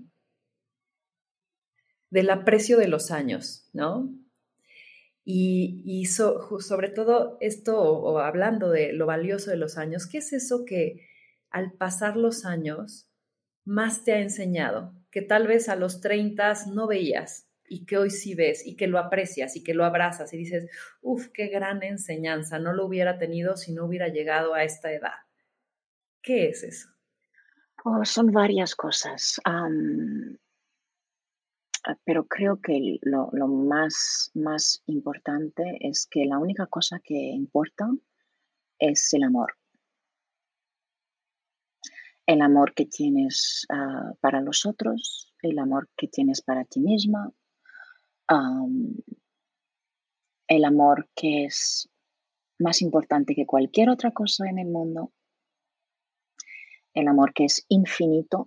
del aprecio de los años, ¿no? Y, y so- sobre todo esto, o, o hablando de lo valioso de los años, ¿qué es eso que al pasar los años más te ha enseñado? Que tal vez a los treinta no veías y que hoy sí ves y que lo aprecias y que lo abrazas y dices, uff, qué gran enseñanza, no lo hubiera tenido si no hubiera llegado a esta edad. ¿Qué es eso? Oh, son varias cosas, am, ah, pero creo que lo, lo más, más importante es que la única cosa que importa es el amor. El amor que tienes ah, para los otros, el amor que tienes para ti misma, am, el amor que es más importante que cualquier otra cosa en el mundo, el amor que es infinito,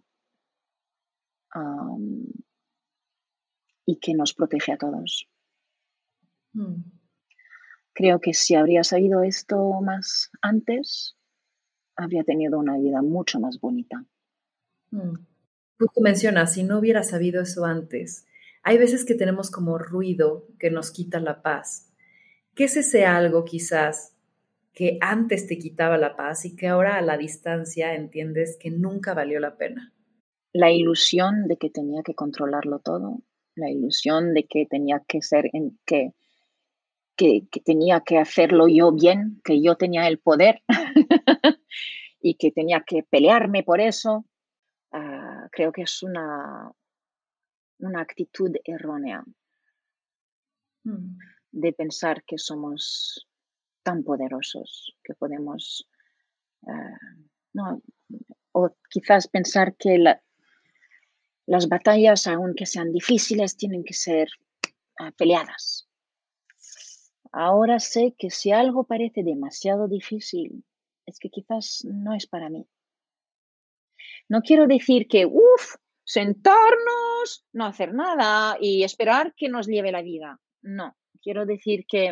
am, y que nos protege a todos. Mm, Creo que si habría sabido esto más antes, habría tenido una vida mucho más bonita. mm. Justo mencionas, si no hubiera sabido eso antes, hay veces que tenemos como ruido que nos quita la paz. ¿Qué es ese algo quizás que antes te quitaba la paz y que ahora a la distancia entiendes que nunca valió la pena? La ilusión de que tenía que controlarlo todo, la ilusión de que tenía que ser en que que que tenía que hacerlo yo bien, que yo tenía el poder y que tenía que pelearme por eso, ah, creo que es una una actitud errónea Mm, de pensar que somos tan poderosos, que podemos, ah, no, o quizás pensar que la las batallas, aunque sean difíciles, tienen que ser, ah, peleadas. Ahora sé que si algo parece demasiado difícil, es que quizás no es para mí. No quiero decir que, uff, sentarnos, no hacer nada y esperar que nos lleve la vida. No, quiero decir que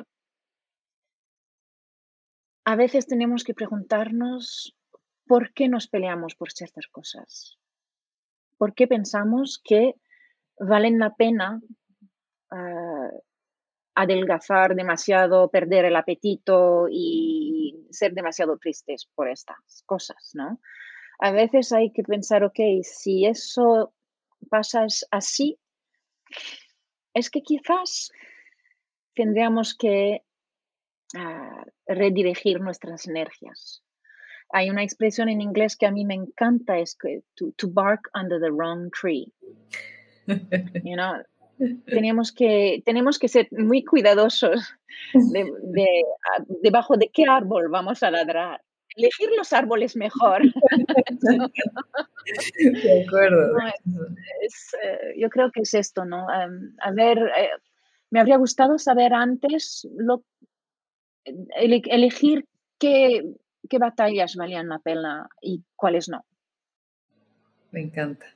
a veces tenemos que preguntarnos por qué nos peleamos por ciertas cosas. ¿Por qué pensamos que valen la pena ah, adelgazar demasiado, perder el apetito y ser demasiado tristes por estas cosas, ¿no? A veces hay que pensar, ok, si eso pasa es así, es que quizás tendríamos que ah, redirigir nuestras energías. Hay una expresión en inglés que a mí me encanta, es que to, to bark under the wrong tree. You know, tenemos que, tenemos que ser muy cuidadosos de, de, ah, debajo de qué árbol vamos a ladrar. Elegir los árboles mejor. De acuerdo. No, es, eh, yo creo que es esto, ¿no? Em, a ver, eh, me habría gustado saber antes lo, ele- elegir qué, qué batallas valían la pena y cuáles no. Me encanta.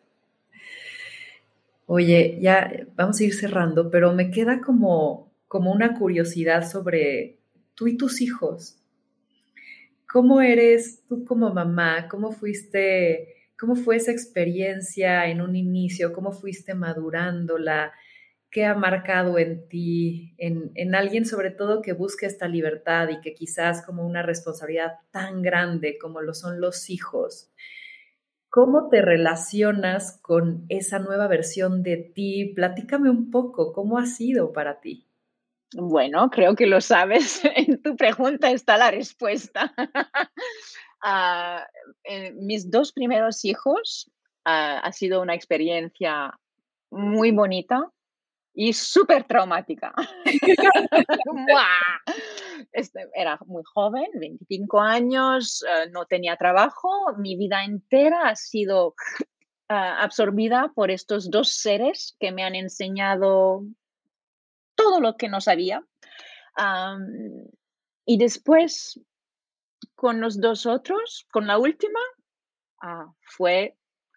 Oye, ya vamos a ir cerrando, pero me queda como, como una curiosidad sobre tú y tus hijos. ¿Cómo eres tú como mamá? ¿Cómo fuiste, cómo fue esa experiencia en un inicio? ¿Cómo fuiste madurándola? ¿Qué ha marcado en ti, en, en alguien sobre todo que busca esta libertad y que quizás como una responsabilidad tan grande como lo son los hijos? ¿Cómo te relacionas con esa nueva versión de ti? Platícame un poco, ¿cómo ha sido para ti? Bueno, creo que lo sabes. En tu pregunta está la respuesta. Ah, eh, mis dos primeros hijos ah, ha sido una experiencia muy bonita y súper traumática. ¡Buah! Este, era muy joven, veinticinco años, eh, no tenía trabajo, mi vida entera ha sido ah, absorbida por estos dos seres que me han enseñado todo lo que no sabía. Am, y después, con los dos otros, con la última, ah, fue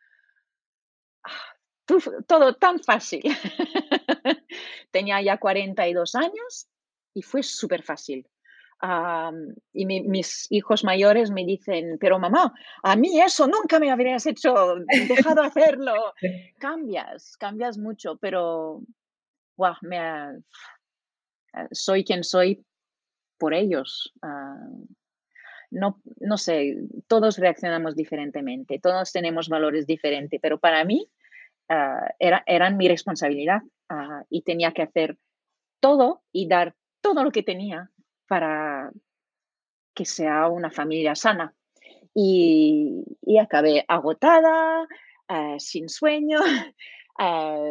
tuf todo tan fácil. Tenía ya cuarenta y dos años y fue superfácil. Am, y mi mis hijos mayores me dicen: "Pero mamá, a mí eso nunca me habrías hecho dejado hacerlo". Cambias, cambias mucho, pero, guau, me ha ah, soy quien soy por ellos. Ah, no no sé, todos reaccionamos diferentemente, todos tenemos valores diferentes, pero para mí, ah, era eran mi responsabilidad, ah, y tenía que hacer todo y dar todo lo que tenía para que sea una familia sana. Y y acabé agotada, ah, sin sueño, ah,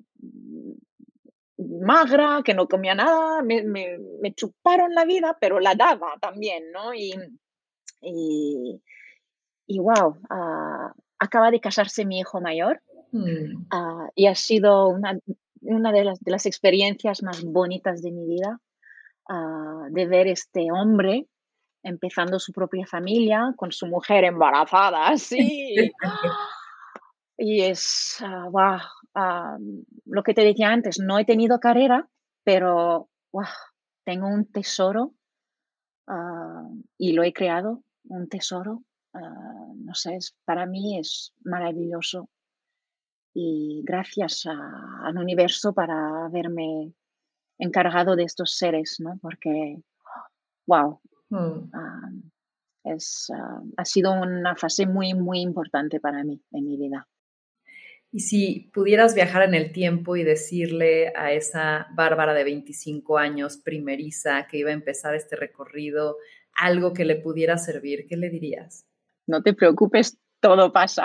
magra, que no comía nada, me me me chuparon la vida, pero la daba también, ¿no? Y y y guau, ah, acaba de casarse mi hijo mayor, Mm. ah, y ha sido una una de las de las experiencias más bonitas de mi vida, ah, de ver este hombre empezando su propia familia con su mujer embarazada, sí. Y es, ah, guau, am, lo que te decía antes, no he tenido carrera, pero, guau, tengo un tesoro, ah, y lo he creado, un tesoro, ah, no sé, es para mí es maravilloso. Y gracias a al universo para haberme encargado de estos seres, ¿no? Porque, guau, Mm. am, es, ah, ha sido una fase muy, muy importante para mí en mi vida. Y si pudieras viajar en el tiempo y decirle a esa Bárbara de veinticinco años, primeriza, que iba a empezar este recorrido, algo que le pudiera servir, ¿qué le dirías? No te preocupes, todo pasa.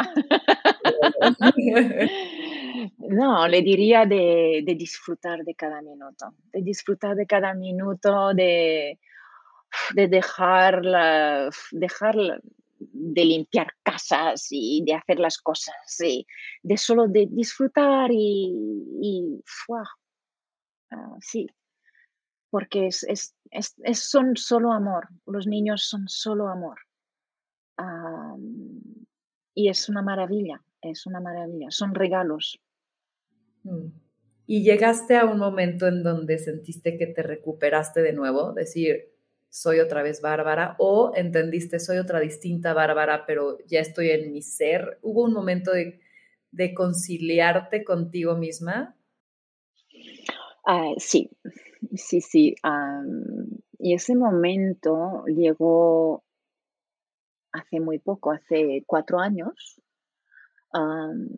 No, le diría de de disfrutar de cada minuto, de disfrutar de cada minuto, de de dejar la dejar la de limpiar casas y de hacer las cosas, y de solo de disfrutar y y ¡fua! Ah, sí, porque es es es es son solo amor, los niños son solo amor. Am, y es una maravilla, es una maravilla, son regalos. Mm. ¿Y llegaste a un momento en donde sentiste que te recuperaste de nuevo? Decir, soy otra vez Bárbara, o entendiste, soy otra distinta Bárbara, pero ya estoy en mi ser. ¿Hubo un momento de, de conciliarte contigo misma? Ah, sí, sí, sí, am, y ese momento llegó hace muy poco, hace cuatro años, am,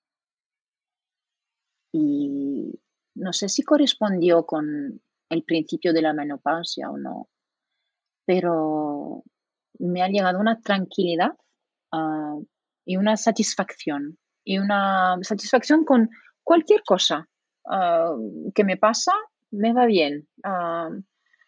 y no sé si correspondió con el principio de la menopausia o no, pero me ha llegado una tranquilidad, ah, y una satisfacción, y una satisfacción con cualquier cosa, ah, que me pasa, me va bien. Am,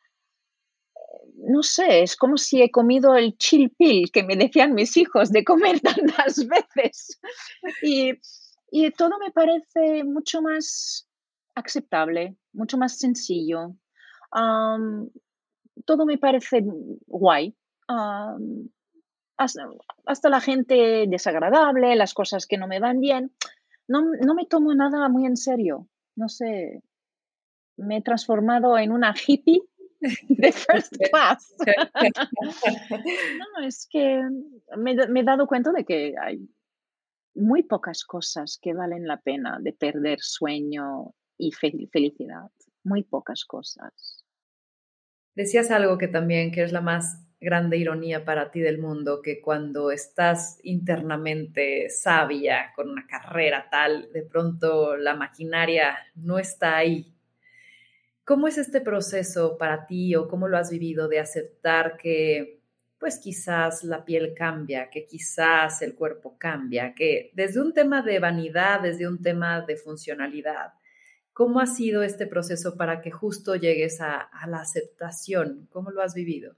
no sé, es como si he comido el chill pill que me decían mis hijos de comer tantas veces. Y, y todo me parece mucho más aceptable, mucho más sencillo. Am, todo me parece guay. Am, hasta, hasta la gente desagradable, las cosas que no me van bien. No, no me tomo nada muy en serio. No sé, me he transformado en una hippie de first class. No, es que me, me he dado cuenta de que hay muy pocas cosas que valen la pena de perder sueño y fe- felicidad. Muy pocas cosas. Decías algo que también, que es la más grande ironía para ti del mundo, que cuando estás internamente sabia, con una carrera tal, de pronto la maquinaria no está ahí. ¿Cómo es este proceso para ti o cómo lo has vivido de aceptar que, pues quizás la piel cambia, que quizás el cuerpo cambia, que desde un tema de vanidad, desde un tema de funcionalidad, ¿cómo ha sido este proceso para que justo llegues a, a la aceptación? ¿Cómo lo has vivido?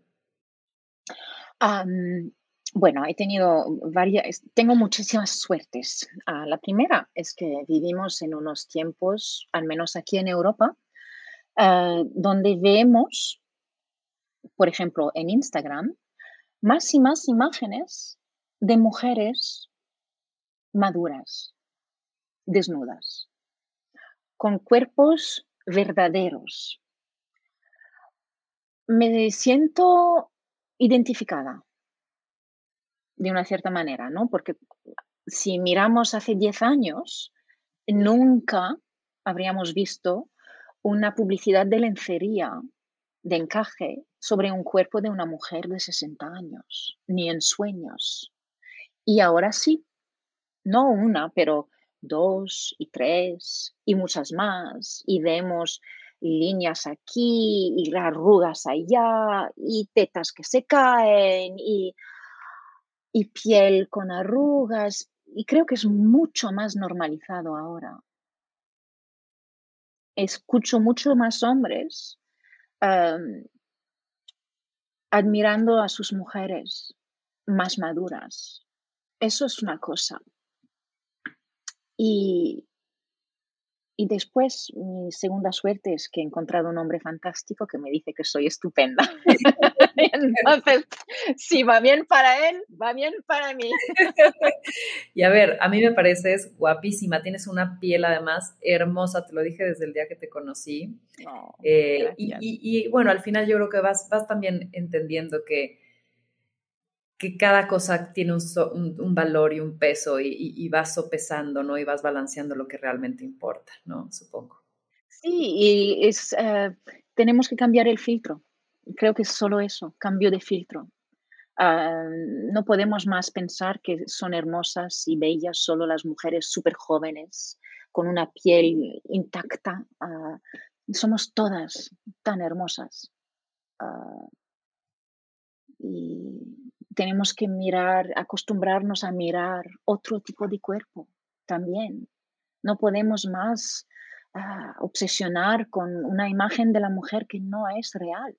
Am, bueno, he tenido varias, tengo muchísimas suertes. Ah, la primera es que vivimos en unos tiempos, al menos aquí en Europa, ah, donde vemos, por ejemplo, en Instagram, más y más imágenes de mujeres maduras, desnudas, con cuerpos verdaderos. Me siento identificada de una cierta manera, ¿no? Porque si miramos hace diez años, nunca habríamos visto una publicidad de lencería, de encaje, sobre un cuerpo de una mujer de sesenta años, ni en sueños. Y ahora sí, no una, pero dos y tres y muchas más. Y vemos líneas aquí y arrugas allá y tetas que se caen y, y piel con arrugas. Y creo que es mucho más normalizado ahora. Escucho mucho más hombres am, admirando a sus mujeres más maduras. Eso es una cosa. Y, y después, mi segunda suerte es que he encontrado un hombre fantástico que me dice que soy estupenda. Entonces, si va bien para él, va bien para mí. Y a ver, a mí me pareces guapísima, tienes una piel además hermosa, te lo dije desde el día que te conocí. No, Eh, y, gracias. y, y, bueno, al final yo creo que vas, vas también entendiendo que, que cada cosa tiene un, so, un, un, valor y un peso y, y, y vas sopesando, ¿no? Y vas balanceando lo que realmente importa, ¿no? Supongo. Sí, y es, uh, tenemos que cambiar el filtro. Creo que es solo eso, cambio de filtro. Uh, no podemos más pensar que son hermosas y bellas solo las mujeres súper jóvenes, con una piel intacta. Uh, somos todas tan hermosas. Uh, y tenemos que mirar, acostumbrarnos a mirar otro tipo de cuerpo también. No podemos más uh, obsesionar con una imagen de la mujer que no es real.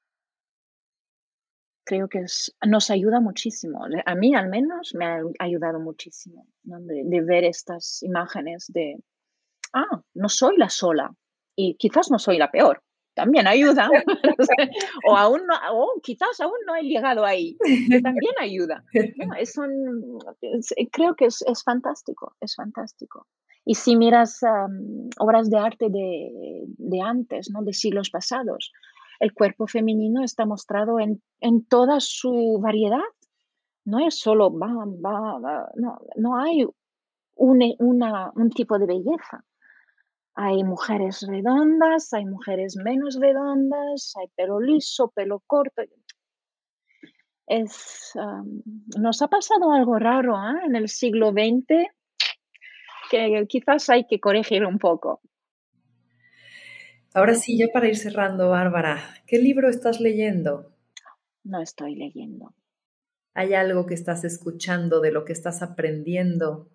Creo que es, nos ayuda muchísimo. A mí al menos me ha ayudado muchísimo, ¿no? de, de ver estas imágenes de, ah, no soy la sola y quizás no soy la peor. También ayuda. o aún no, o quizás aún no he llegado ahí. También ayuda. No, es un, es, creo que es, es fantástico, es fantástico. Y si miras um, obras de arte de, de antes, ¿no? De siglos pasados, el cuerpo femenino está mostrado en, en toda su variedad. No es solo, va, va, va, no, no hay un, una, un tipo de belleza. Hay mujeres redondas, hay mujeres menos redondas, hay pelo liso, pelo corto. Es, um, nos ha pasado algo raro ¿eh? En el siglo veinte que quizás hay que corregir un poco. Ahora sí, ya para ir cerrando, Bárbara, ¿qué libro estás leyendo? No estoy leyendo. ¿Hay algo que estás escuchando, de lo que estás aprendiendo?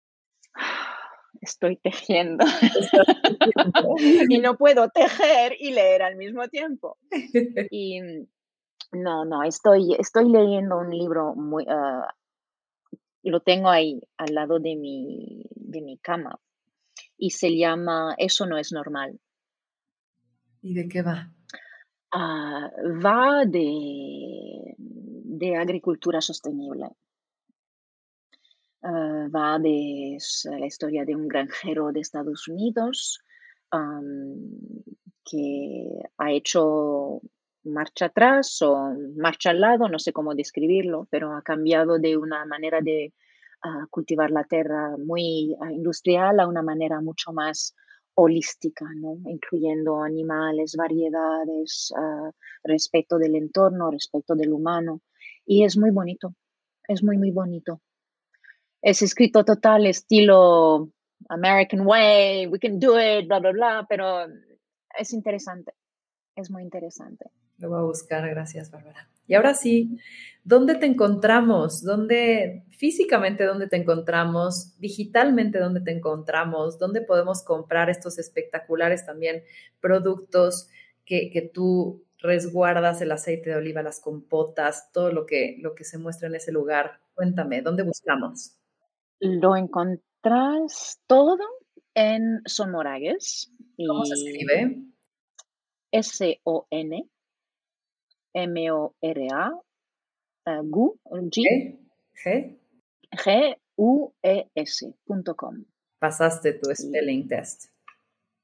Estoy tejiendo. ¿Estás tejiendo? y no puedo tejer y leer al mismo tiempo. Y no, no, estoy, estoy leyendo un libro muy... Uh, lo tengo ahí al lado de mi, de mi cama y se llama Eso no es normal. ¿Y de qué va? Uh, va de, de agricultura sostenible. Uh, va de la historia de un granjero de Estados Unidos um, que ha hecho marcha atrás o marcha al lado, no sé cómo describirlo, pero ha cambiado de una manera de uh, cultivar la tierra muy uh, industrial a una manera mucho más holística, ¿no? Incluyendo animales, variedades, uh, respeto del entorno, respeto del humano. Y es muy bonito, es muy, muy bonito. Es escrito total estilo American Way, we can do it, bla, bla, bla, pero es interesante, es muy interesante. Lo voy a buscar, gracias, Bárbara. Y ahora sí, ¿dónde te encontramos? ¿Dónde, físicamente, dónde te encontramos? Digitalmente, ¿dónde te encontramos? ¿Dónde podemos comprar estos espectaculares también productos que, que tú resguardas, el aceite de oliva, las compotas, todo lo que, lo que se muestra en ese lugar? Cuéntame, ¿dónde buscamos? Lo encontrás todo en Son Moragues ¿Cómo se y escribe? S O N M O R A G, G, ¿G? ¿G? G U E S punto com. Pasaste tu Y spelling test.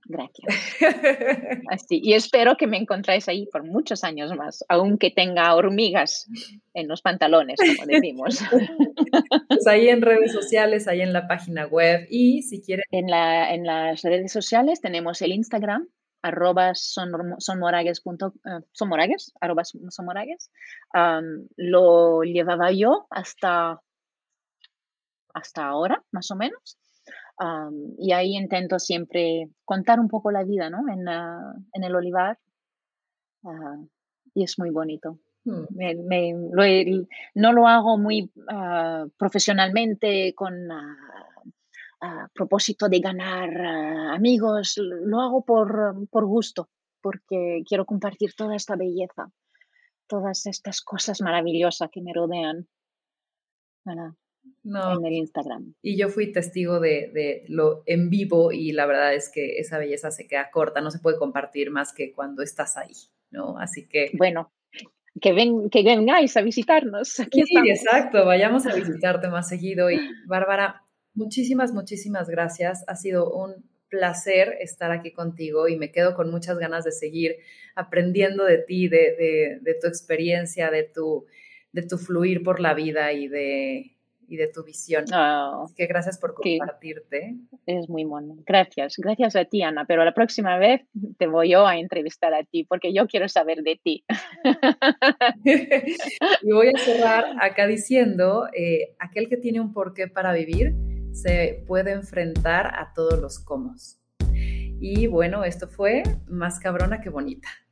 Gracias. Así, y espero que me encontréis ahí por muchos años más, aunque tenga hormigas en los pantalones, como decimos. Pues ahí en redes sociales, ahí en la página web, y si quieren... En, la, en las redes sociales tenemos el Instagram, arroba sonmoragues, uh, sonmoragues, arroba sonmoragues. Um, lo llevaba yo hasta, hasta ahora, más o menos. Um, y ahí intento siempre contar un poco la vida, ¿no? En, uh, en el olivar. Uh, y es muy bonito. Hmm. Me, me, lo he, no lo hago muy uh, profesionalmente con uh, uh, propósito de ganar uh, amigos. Lo hago por, por gusto, porque quiero compartir toda esta belleza, todas estas cosas maravillosas que me rodean. Uh, No, en el Instagram. Y yo fui testigo de, de lo en vivo y la verdad es que esa belleza se queda corta, no se puede compartir más que cuando estás ahí, ¿no? Así que... Bueno, que, ven, que vengáis a visitarnos, aquí sí, estamos. Exacto, vayamos a visitarte más seguido. Y Bárbara, muchísimas, muchísimas gracias. Ha sido un placer estar aquí contigo y me quedo con muchas ganas de seguir aprendiendo de ti, de, de, de tu experiencia, de tu, de tu fluir por la vida y de... y de tu visión. Oh, Así que gracias por compartirte. Es muy bueno. Gracias. Gracias a ti, Ana. Pero la próxima vez te voy yo a entrevistar a ti porque yo quiero saber de ti. Y voy a cerrar acá diciendo, eh, aquel que tiene un porqué para vivir se puede enfrentar a todos los cómo. Y bueno, esto fue Más cabrona que bonita.